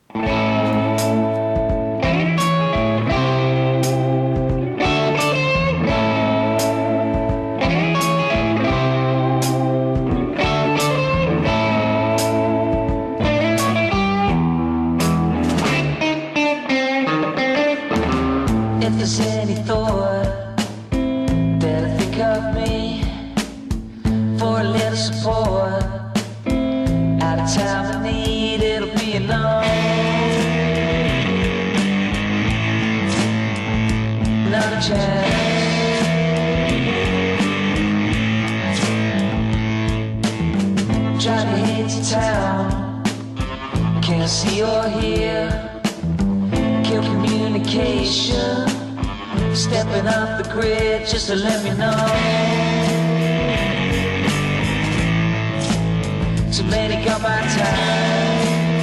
Johnny hates town, can't see or hear, kill communication, stepping off the grid just to let me know. Too many got my time.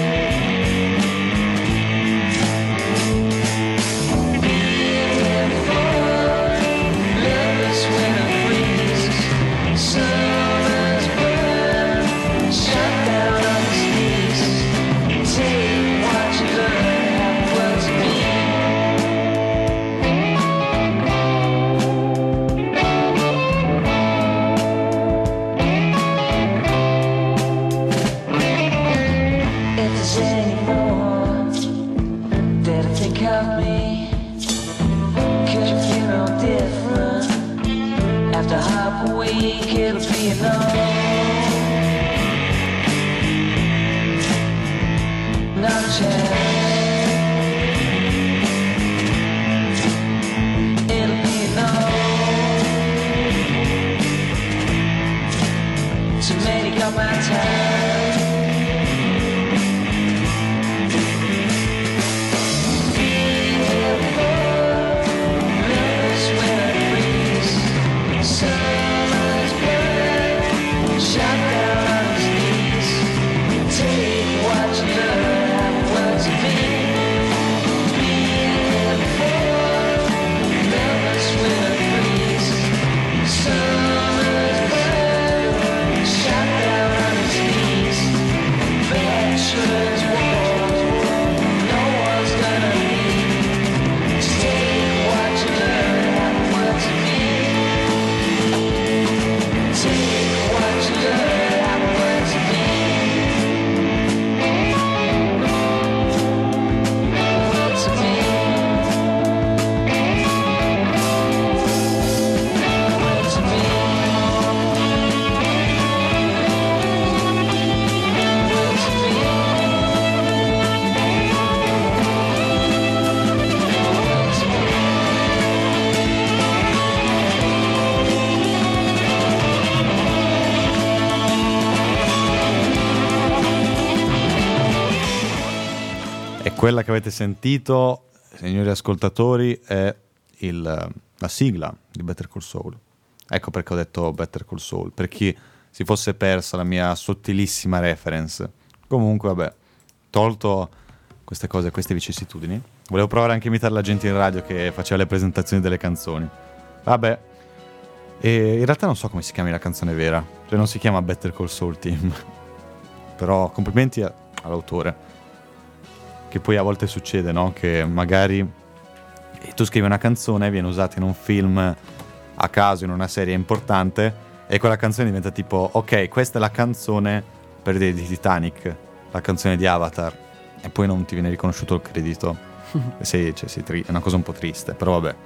Quella che avete sentito, signori ascoltatori, è il, la sigla di Better Call Saul. Ecco perché ho detto Better Call Saul, per chi si fosse persa la mia sottilissima reference. Comunque, vabbè, tolto queste cose, queste vicissitudini, volevo provare anche a imitare la gente in radio che faceva le presentazioni delle canzoni. Vabbè, e in realtà non so come si chiami la canzone vera, cioè non si chiama Better Call Saul Team, però complimenti a, all'autore. Che poi a volte succede, no? Che magari tu scrivi una canzone, viene usata in un film a caso, in una serie importante, e quella canzone diventa tipo, ok, questa è la canzone per dire di Titanic, la canzone di Avatar, e poi non ti viene riconosciuto il credito. Sei, cioè, sei tri- è una cosa un po' triste, però vabbè.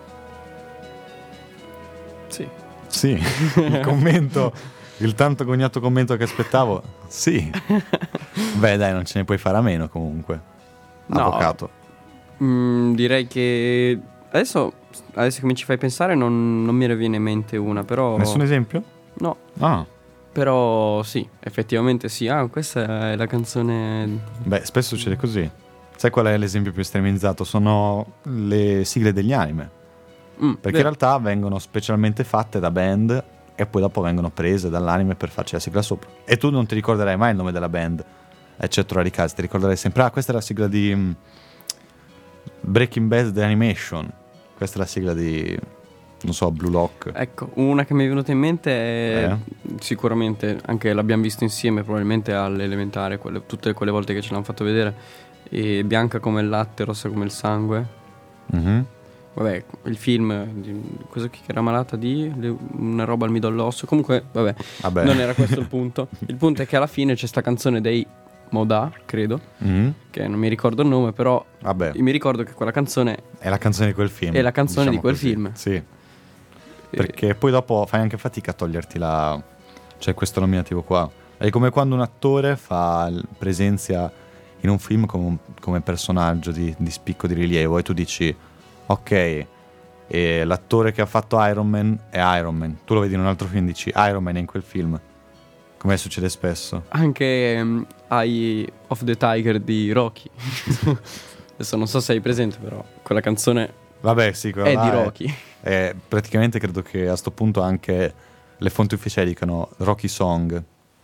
Sì. Sì, il commento, il tanto cognato commento che aspettavo, sì. Beh dai, non ce ne puoi fare a meno comunque. Avvocato. No, mm, direi che adesso, adesso che mi ci fai pensare non, non mi viene in mente una, però... Nessun esempio? No. Ah. Però sì, effettivamente sì. Ah, questa è la canzone... Beh, spesso succede così. Sai qual è l'esempio più estremizzato? Sono le sigle degli anime. Mm, perché vero. In realtà vengono specialmente fatte da band e poi dopo vengono prese dall'anime per farci la sigla sopra. E tu non ti ricorderai mai il nome della band, eccetto rari casi, ti ricorderai sempre, ah, questa è la sigla di um, Breaking Bad The Animation, questa è la sigla di, non so, Blue Lock. Ecco, una che mi è venuta in mente è Eh? sicuramente, anche l'abbiamo visto insieme probabilmente all'elementare, quelle, tutte quelle volte che ce l'hanno fatto vedere, e bianca come il latte, rossa come il sangue. Mhm. Vabbè, il film di, cosa che era malata di le- una roba al midollo osso. Comunque, vabbè, Vabbè. non era questo il punto. Il punto è che alla fine c'è sta canzone dei Modà, credo, Mhm. che non mi ricordo il nome, però Vabbè, mi ricordo che quella canzone è la canzone di quel film. è la canzone diciamo di quel così. film. Sì, perché poi dopo fai anche fatica a toglierti la, cioè questo nominativo qua. È come quando un attore fa il- presenzia in un film come, un- come personaggio di, di spicco di rilievo e tu dici ok, e l'attore che ha fatto Iron Man è Iron Man, tu lo vedi in un altro film e dici Iron Man è in quel film, come succede spesso. Anche um, Eye of the Tiger di Rocky. Adesso non so se hai presente, però quella canzone Vabbè sì, quella è là di Rocky. è- praticamente credo che a sto punto anche le fonti ufficiali dicano Rocky Song.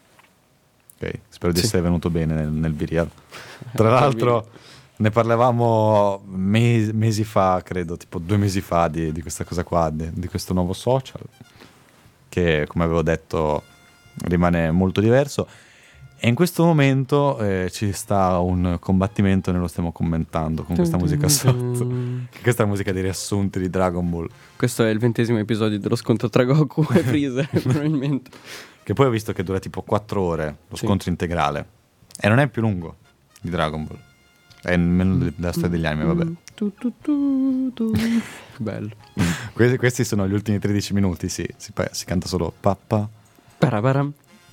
Ok, spero di Sì. essere venuto bene nel, nel video. Tra l'altro ne parlavamo mesi, mesi fa, credo, tipo due mesi fa di, di questa cosa qua, di, di questo nuovo social, che come avevo detto rimane molto diverso. E in questo momento eh, ci sta un combattimento, noi lo stiamo commentando con questa musica sotto. Che questa è la musica dei riassunti di Dragon Ball. Questo è il ventesimo episodio dello scontro tra Goku e Freezer, probabilmente. Che poi ho visto che dura tipo quattro ore lo Sì. scontro integrale. E non è più lungo di Dragon Ball. È meno de- della storia degli anime, vabbè. Tu, tu, tu, tu. Bello. Questi, questi sono gli ultimi tredici minuti, sì. Si, pa- si canta solo pappa. Paraparam.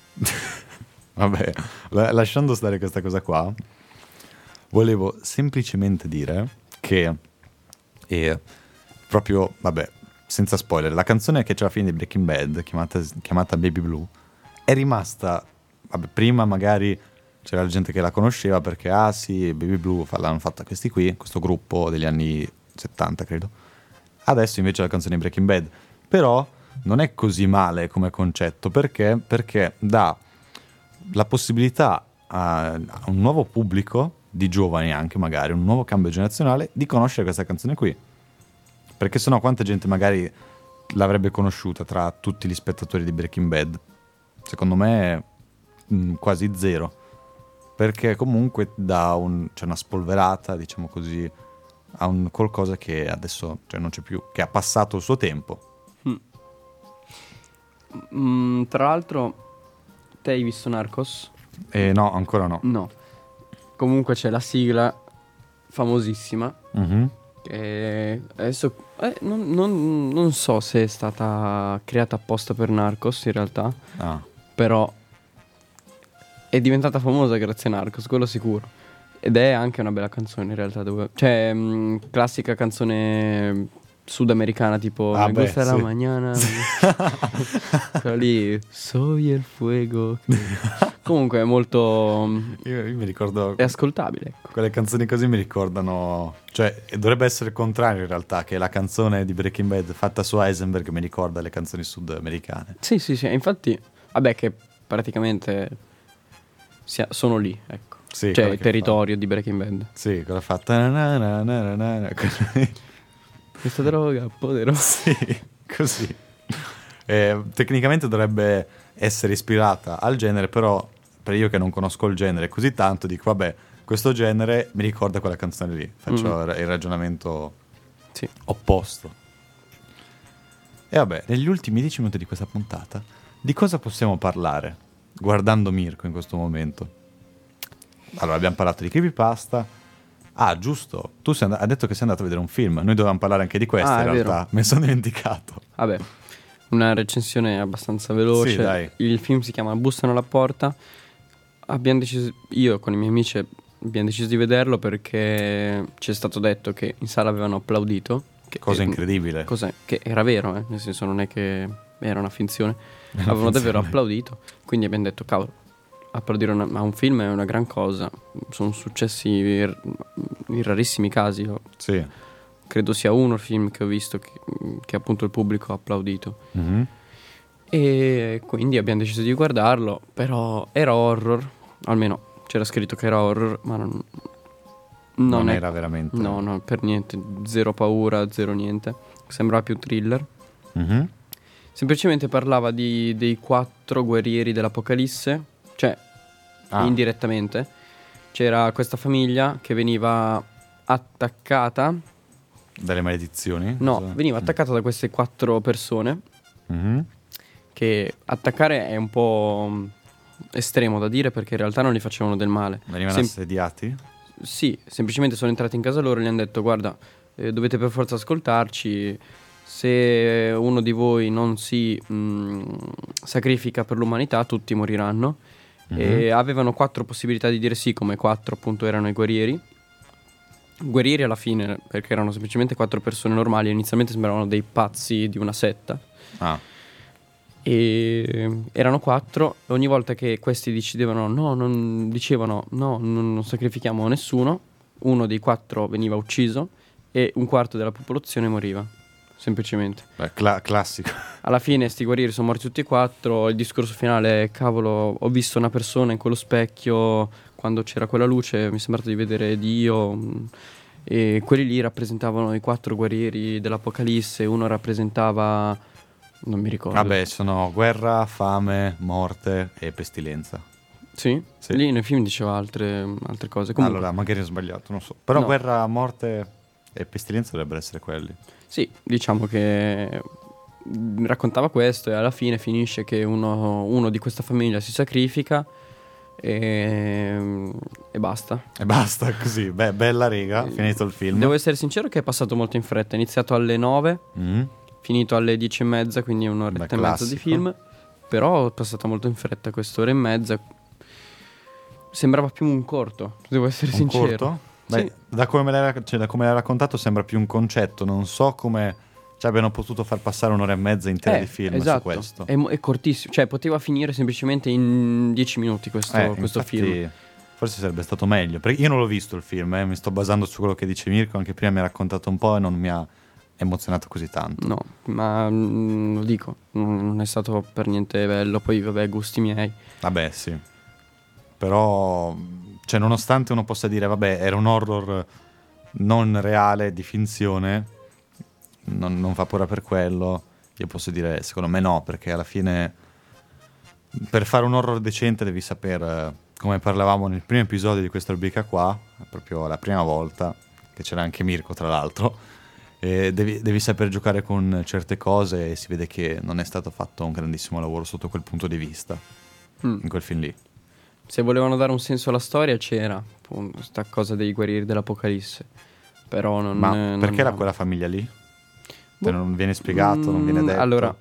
Vabbè, la- lasciando stare questa cosa qua, volevo semplicemente dire che, e proprio, vabbè, senza spoiler, la canzone che c'è alla fine di Breaking Bad, chiamata, chiamata Baby Blue, è rimasta, vabbè, prima magari c'era la gente che la conosceva perché, ah sì, Baby Blue fa- l'hanno fatta questi qui, questo gruppo degli anni settanta, credo. Adesso invece è la canzone di Breaking Bad, però non è così male come concetto, perché? Perché dà la possibilità a, a un nuovo pubblico, di giovani anche magari, un nuovo cambio generazionale, di conoscere questa canzone qui. Perché sennò quanta gente magari l'avrebbe conosciuta tra tutti gli spettatori di Breaking Bad? Secondo me mh, quasi zero. Perché comunque dà un, c'è una spolverata, diciamo così, a un qualcosa che adesso cioè, non c'è più, che ha passato il suo tempo. Mm, tra l'altro, te hai visto Narcos? E no, ancora no. No. Comunque c'è la sigla famosissima. Mhm. Che adesso eh, non, non- non so se è stata creata apposta per Narcos in realtà, Ah. però è diventata famosa grazie a Narcos, quello sicuro. Ed è anche una bella canzone in realtà, dove, cioè mh, classica canzone sudamericana tipo Ah, Me beh, gusta la sì. mañana. Quella lì Soy el fuego. Comunque è molto Io, io mi ricordo è ascoltabile, ecco. quelle canzoni così mi ricordano, cioè e dovrebbe essere il contrario in realtà, che la canzone di Breaking Bad fatta su Heisenberg mi ricorda le canzoni sudamericane. Sì, sì, sì, infatti, vabbè che praticamente sia- sono lì, ecco. Sì, Cioè quella il che territorio di Breaking Bad. Sì, quella fatta na na na na na na, quella lì. Questa droga poderosa. Sì, così. Eh, tecnicamente dovrebbe essere ispirata al genere, però per io che non conosco il genere così tanto dico vabbè, questo genere mi ricorda quella canzone lì, faccio Mhm. il ragionamento Sì. opposto. E vabbè, negli ultimi dieci minuti di questa puntata, di cosa possiamo parlare? Guardando Mirko in questo momento. Allora, abbiamo parlato di creepypasta. Ah, giusto, tu sei and- hai detto che sei andato a vedere un film. Noi dovevamo parlare anche di questo Ah, in è realtà. vero. Me ne sono dimenticato. Vabbè, una recensione abbastanza veloce. Sì, dai. Il film si chiama Bussano alla porta. Abbiamo deciso, io con i miei amici abbiamo deciso di vederlo perché ci è stato detto che in sala avevano applaudito. Che Cosa eh, incredibile. Cosa che era vero, eh, nel senso non è che era una finzione. una Avevano davvero finzione. applaudito. Quindi abbiamo detto, cavolo, applaudire una- a un film è una gran cosa. Sono successi ir- in rarissimi casi. Io Sì. credo sia uno il film che ho visto che, che appunto il pubblico ha applaudito. Mhm. E quindi abbiamo deciso di guardarlo. Però era horror, almeno c'era scritto che era horror, ma non, Non, non è- era veramente. No, no, per niente, zero paura, zero niente. Sembrava più thriller. Mhm. Semplicemente parlava di, dei quattro guerrieri dell'Apocalisse, cioè Ah. indirettamente. C'era questa famiglia che veniva attaccata, Delle maledizioni? no, Cosa? veniva attaccata da queste quattro persone, Mhm. che attaccare è un po' mh, estremo da dire perché in realtà non gli facevano del male. Venivano Sem- assediati? Sì, semplicemente sono entrati in casa loro e gli hanno detto guarda, eh, dovete per forza ascoltarci, se uno di voi non si mh, sacrifica per l'umanità tutti moriranno. E avevano quattro possibilità di dire sì, come quattro appunto erano i guerrieri. Guerrieri alla fine perché erano semplicemente quattro persone normali, inizialmente sembravano dei pazzi di una setta. Ah. E erano quattro e ogni volta che questi decidevano no, non dicevano no, non, non sacrifichiamo nessuno, uno dei quattro veniva ucciso e un quarto della popolazione moriva, semplicemente. Beh, cla- classico. Alla fine sti guerrieri sono morti tutti e quattro, il discorso finale è cavolo, ho visto una persona in quello specchio quando c'era quella luce, mi è sembrato di vedere Dio, mh, e quelli lì rappresentavano i quattro guerrieri dell'Apocalisse, uno rappresentava, non mi ricordo. Vabbè, sono guerra, fame, morte e pestilenza. Sì? Sì. Lì nel film diceva altre, altre cose. Comunque, Allora, magari ho sbagliato, non so. Però No. guerra, morte e pestilenza dovrebbero essere quelli. sì, diciamo che mh, raccontava questo e alla fine finisce che uno, uno di questa famiglia si sacrifica e, e basta. E basta, così. Beh, bella riga, finito il film. Devo essere sincero che è passato molto in fretta. È iniziato alle nove, Mm. finito alle dieci e mezza, quindi un'oretta Beh, e mezza di classico. film. Però è passato molto in fretta quest'ora e mezza. Sembrava più un corto, devo essere Un sincero. corto? Beh, Sì. da, come me l'hai, cioè, da come l'hai raccontato sembra più un concetto. Non so come ci abbiano potuto far passare un'ora e mezza intera Eh, di film esatto. su questo. È, mo- è cortissimo, cioè poteva finire semplicemente in dieci minuti questo, Eh, questo infatti, film. forse sarebbe stato meglio. Perché io non l'ho visto il film, eh, mi sto basando su quello che dice Mirko. Anche prima mi ha raccontato un po' e non mi ha emozionato così tanto. No, ma mm, lo dico, non non è stato per niente bello. Poi, vabbè, gusti miei. Vabbè, sì. Però, cioè, nonostante uno possa dire, vabbè, era un horror non reale, di finzione, non, non fa paura per quello, io posso dire, secondo me no, perché alla fine, per fare un horror decente devi sapere, come parlavamo nel primo episodio di questa rubrica qua, proprio la prima volta, che c'era anche Mirko tra l'altro, e devi, devi saper giocare con certe cose e si vede che non è stato fatto un grandissimo lavoro sotto quel punto di vista, Mm. in quel film lì. Se volevano dare un senso alla storia c'era, appunto, sta cosa dei guerrieri dell'Apocalisse. Però non... Ma eh, perché non- era quella famiglia lì? Boh. Cioè, non viene spiegato, non viene Mm, detto. Allora,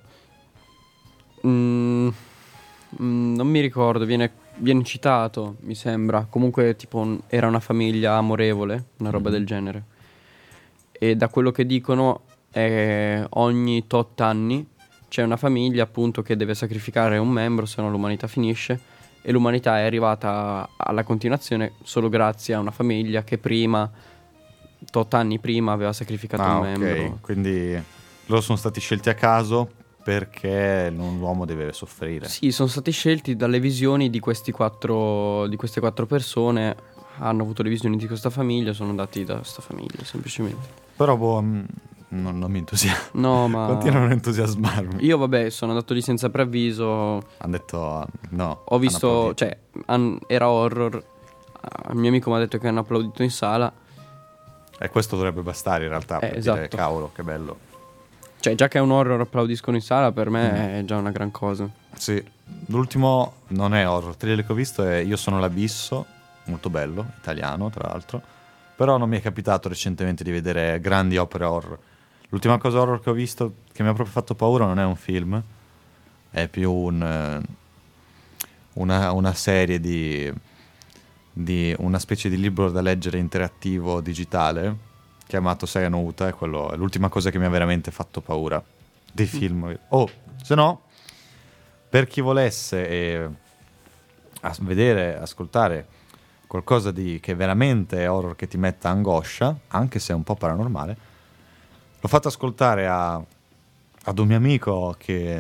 mm, mm, non mi ricordo, viene, viene citato, mi sembra. Comunque, tipo, un- era una famiglia amorevole, una roba Mhm. del genere. E da quello che dicono, eh, ogni tot anni c'è una famiglia, appunto, che deve sacrificare un membro, se no l'umanità finisce. E l'umanità è arrivata alla continuazione solo grazie a una famiglia che prima, tot anni prima, aveva sacrificato Ah, un ok. membro. Quindi loro sono stati scelti a caso perché non- l'uomo deve soffrire. Sì, sono stati scelti dalle visioni di questi quattro, di queste quattro persone. Hanno avuto le visioni di questa famiglia, sono andati da questa famiglia, semplicemente. Però boh, mh, non, non mi entusiasma. No, ma Continuano a entusiasmarmi. io vabbè, sono andato lì senza preavviso. Hanno detto no. Ho visto, hanno applaudito. cioè, han- era horror. Ah, il mio amico mi ha detto che hanno applaudito in sala. E questo dovrebbe bastare in realtà per Eh, dire esatto. cavolo, che bello. Cioè, già che è un horror applaudiscono in sala, per me Mm. è già una gran cosa. Sì, l'ultimo non è horror, il trailer che ho visto è Io sono l'abisso, molto bello, italiano tra l'altro, però non mi è capitato recentemente di vedere grandi opere horror. L'ultima cosa horror che ho visto che mi ha proprio fatto paura non è un film, è più un, eh, una, una serie di, di una specie di libro da leggere interattivo digitale chiamato Sei Uta, è quello, è l'ultima cosa che mi ha veramente fatto paura dei film. Oh, se no, per chi volesse eh, as- vedere, ascoltare qualcosa di che veramente è horror, che ti metta angoscia, anche se è un po' paranormale, l'ho fatto ascoltare a, ad un mio amico che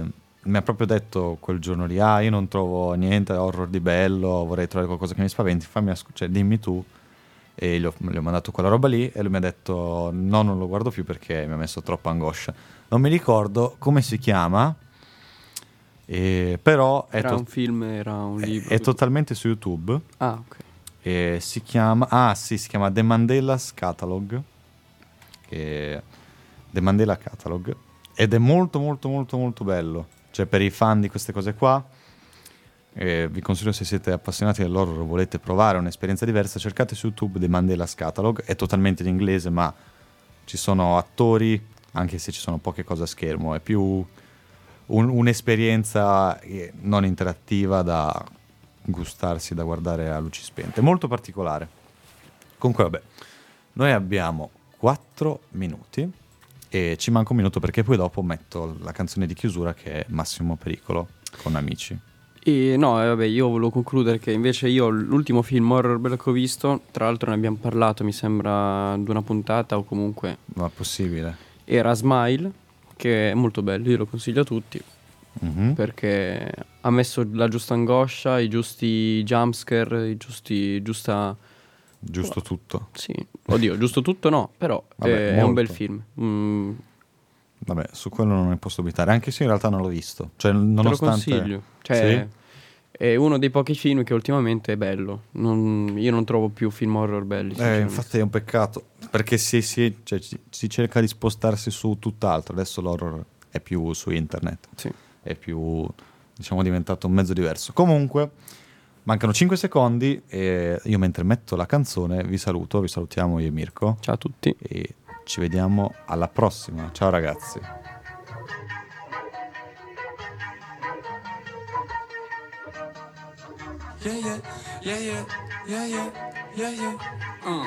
mi ha proprio detto quel giorno lì, ah io non trovo niente horror di bello, vorrei trovare qualcosa che mi spaventi, fammi asco- cioè, dimmi tu. E gli ho, gli ho mandato quella roba lì e lui mi ha detto no, non lo guardo più perché mi ha messo troppa angoscia. Non mi ricordo come si chiama, e, però è Era to- un film, era un è, libro. è totalmente su YouTube. Ah, ok. E si chiama ah sì si chiama The Mandela's Catalog, che The Mandela Catalog, ed è molto molto molto molto bello, cioè per i fan di queste cose qua. Eh, vi consiglio, se siete appassionati dell'horror o volete provare un'esperienza diversa, cercate su YouTube The Mandela's Catalog, è totalmente in inglese ma ci sono attori, anche se ci sono poche cose a schermo, è più un, un'esperienza non interattiva da gustarsi, da guardare a luci spente, molto particolare. Comunque vabbè, noi abbiamo quattro minuti e ci manca un minuto perché poi dopo metto la canzone di chiusura che è Massimo Pericolo con Amici. E no, eh, vabbè, io volevo concludere che invece io l'ultimo film horror bello che ho visto, tra l'altro ne abbiamo parlato, mi sembra, di una puntata o comunque... Ma è possibile? Era Smile, che è molto bello, io lo consiglio a tutti, Mm-hmm. perché ha messo la giusta angoscia, i giusti jumpscare, i giusti, giusta... Giusto tutto. Sì, oddio, giusto tutto no, però Vabbè, è, è un molto. bel film. Mm, Vabbè, su quello non ne posso dubitare, anche se in realtà non l'ho visto. Cioè, te lo nonostante... consiglio. Cioè, Sì? è uno dei pochi film che ultimamente è bello. Non- io non trovo più film horror belli. Eh, sinceramente. infatti è un peccato, perché si, si, cioè, si, si cerca di spostarsi su tutt'altro. Adesso l'horror è più su internet, Sì. è più, diciamo, diventato un mezzo diverso. Comunque, mancano cinque secondi e io mentre metto la canzone vi saluto, vi salutiamo io e Mirko Ciao a tutti. e ci vediamo alla prossima. Ciao ragazzi. Yeah, yeah, yeah, yeah, yeah, yeah, yeah, yeah. Uh.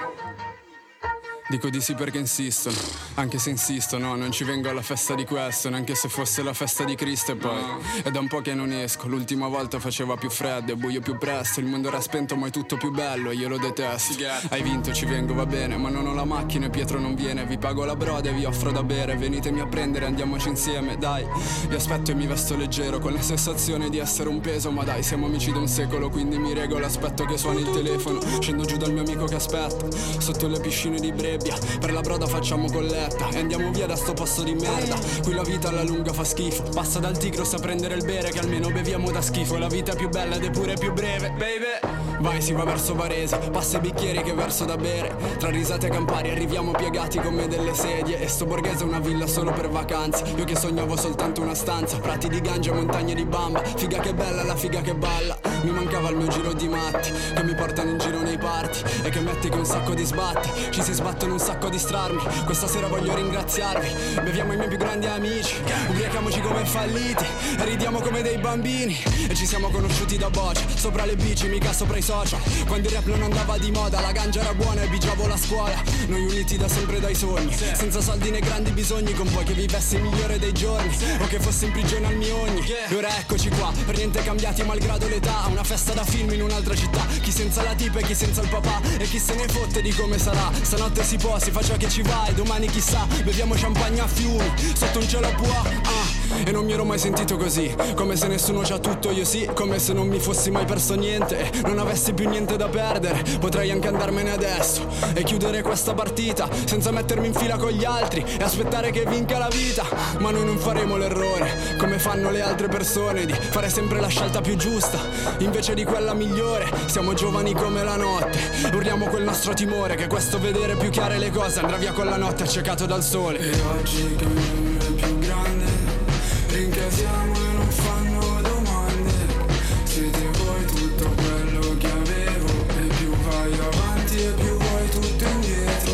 Dico di sì perché insistono, anche se insistono, non ci vengo alla festa di questo, neanche se fosse la festa di Cristo e poi è da un po' che non esco, l'ultima volta faceva più freddo e buio più presto, il mondo era spento ma è tutto più bello e io lo detesto. Hai vinto, ci vengo, va bene, ma non ho la macchina e Pietro non viene, vi pago la broda e vi offro da bere, venitemi a prendere, andiamoci insieme, dai, vi aspetto e mi vesto leggero, con la sensazione di essere un peso, ma dai, siamo amici da un secolo, quindi mi regolo, aspetto che suoni il telefono, scendo giù dal mio amico che aspetta, sotto le piscine di Brebbia, per la broda facciamo colletta e andiamo via da sto posto di merda. Qui la vita alla lunga fa schifo, passa dal Tigros a prendere il bere che almeno beviamo da schifo. La vita è più bella ed è pure più breve, baby. Vai, si va verso Varese, passa i bicchieri che verso da bere. Tra risate e campari arriviamo piegati come delle sedie. E sto borghese è una villa solo per vacanze. Io che sognavo soltanto una stanza, prati di ganja, montagne di bamba. Figa che bella, la figa che balla. Mi mancava il mio giro di matti che mi portano in giro nei party e che metti che un sacco di sbatti. Ci si sbattono un sacco a distrarmi. Questa sera voglio ringraziarvi. Beviamo i miei più grandi amici, ubriachiamoci come falliti e ridiamo come dei bambini. E ci siamo conosciuti da boccia, sopra le bici, mica sopra i social. Quando il rap non andava di moda, la ganja era buona e bigiavo la scuola. Noi uniti da sempre dai sogni, senza soldi né grandi bisogni, con poi che vivessi il migliore dei giorni o che fosse in prigione al mio ogni. E ora eccoci qua, per niente cambiati malgrado l'età. Una festa da film in un'altra città, chi senza la tipa e chi senza il papà, e chi se ne fotte di come sarà. Stanotte si può, si fa ciò che ci va e domani chissà. Beviamo champagne a fiumi, sotto un cielo a pois, ah. E non mi ero mai sentito così, come se nessuno c'ha tutto, io sì. Come se non mi fossi mai perso niente, non avessi più niente da perdere. Potrei anche andarmene adesso e chiudere questa partita senza mettermi in fila con gli altri e aspettare che vinca la vita. Ma noi non faremo l'errore, come fanno le altre persone, di fare sempre la scelta più giusta invece di quella migliore. Siamo giovani come la notte, urliamo quel nostro timore che questo vedere più chiare le cose andrà via con la notte accecato dal sole. E oggi che il mondo è più grande, rincasiamo e non fanno domande. Siete voi tutto quello che avevo, e più vai avanti e più vuoi tutto indietro.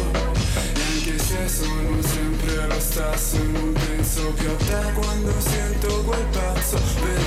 E anche se sono sempre lo stesso, non penso più a te quando sento quel pezzo.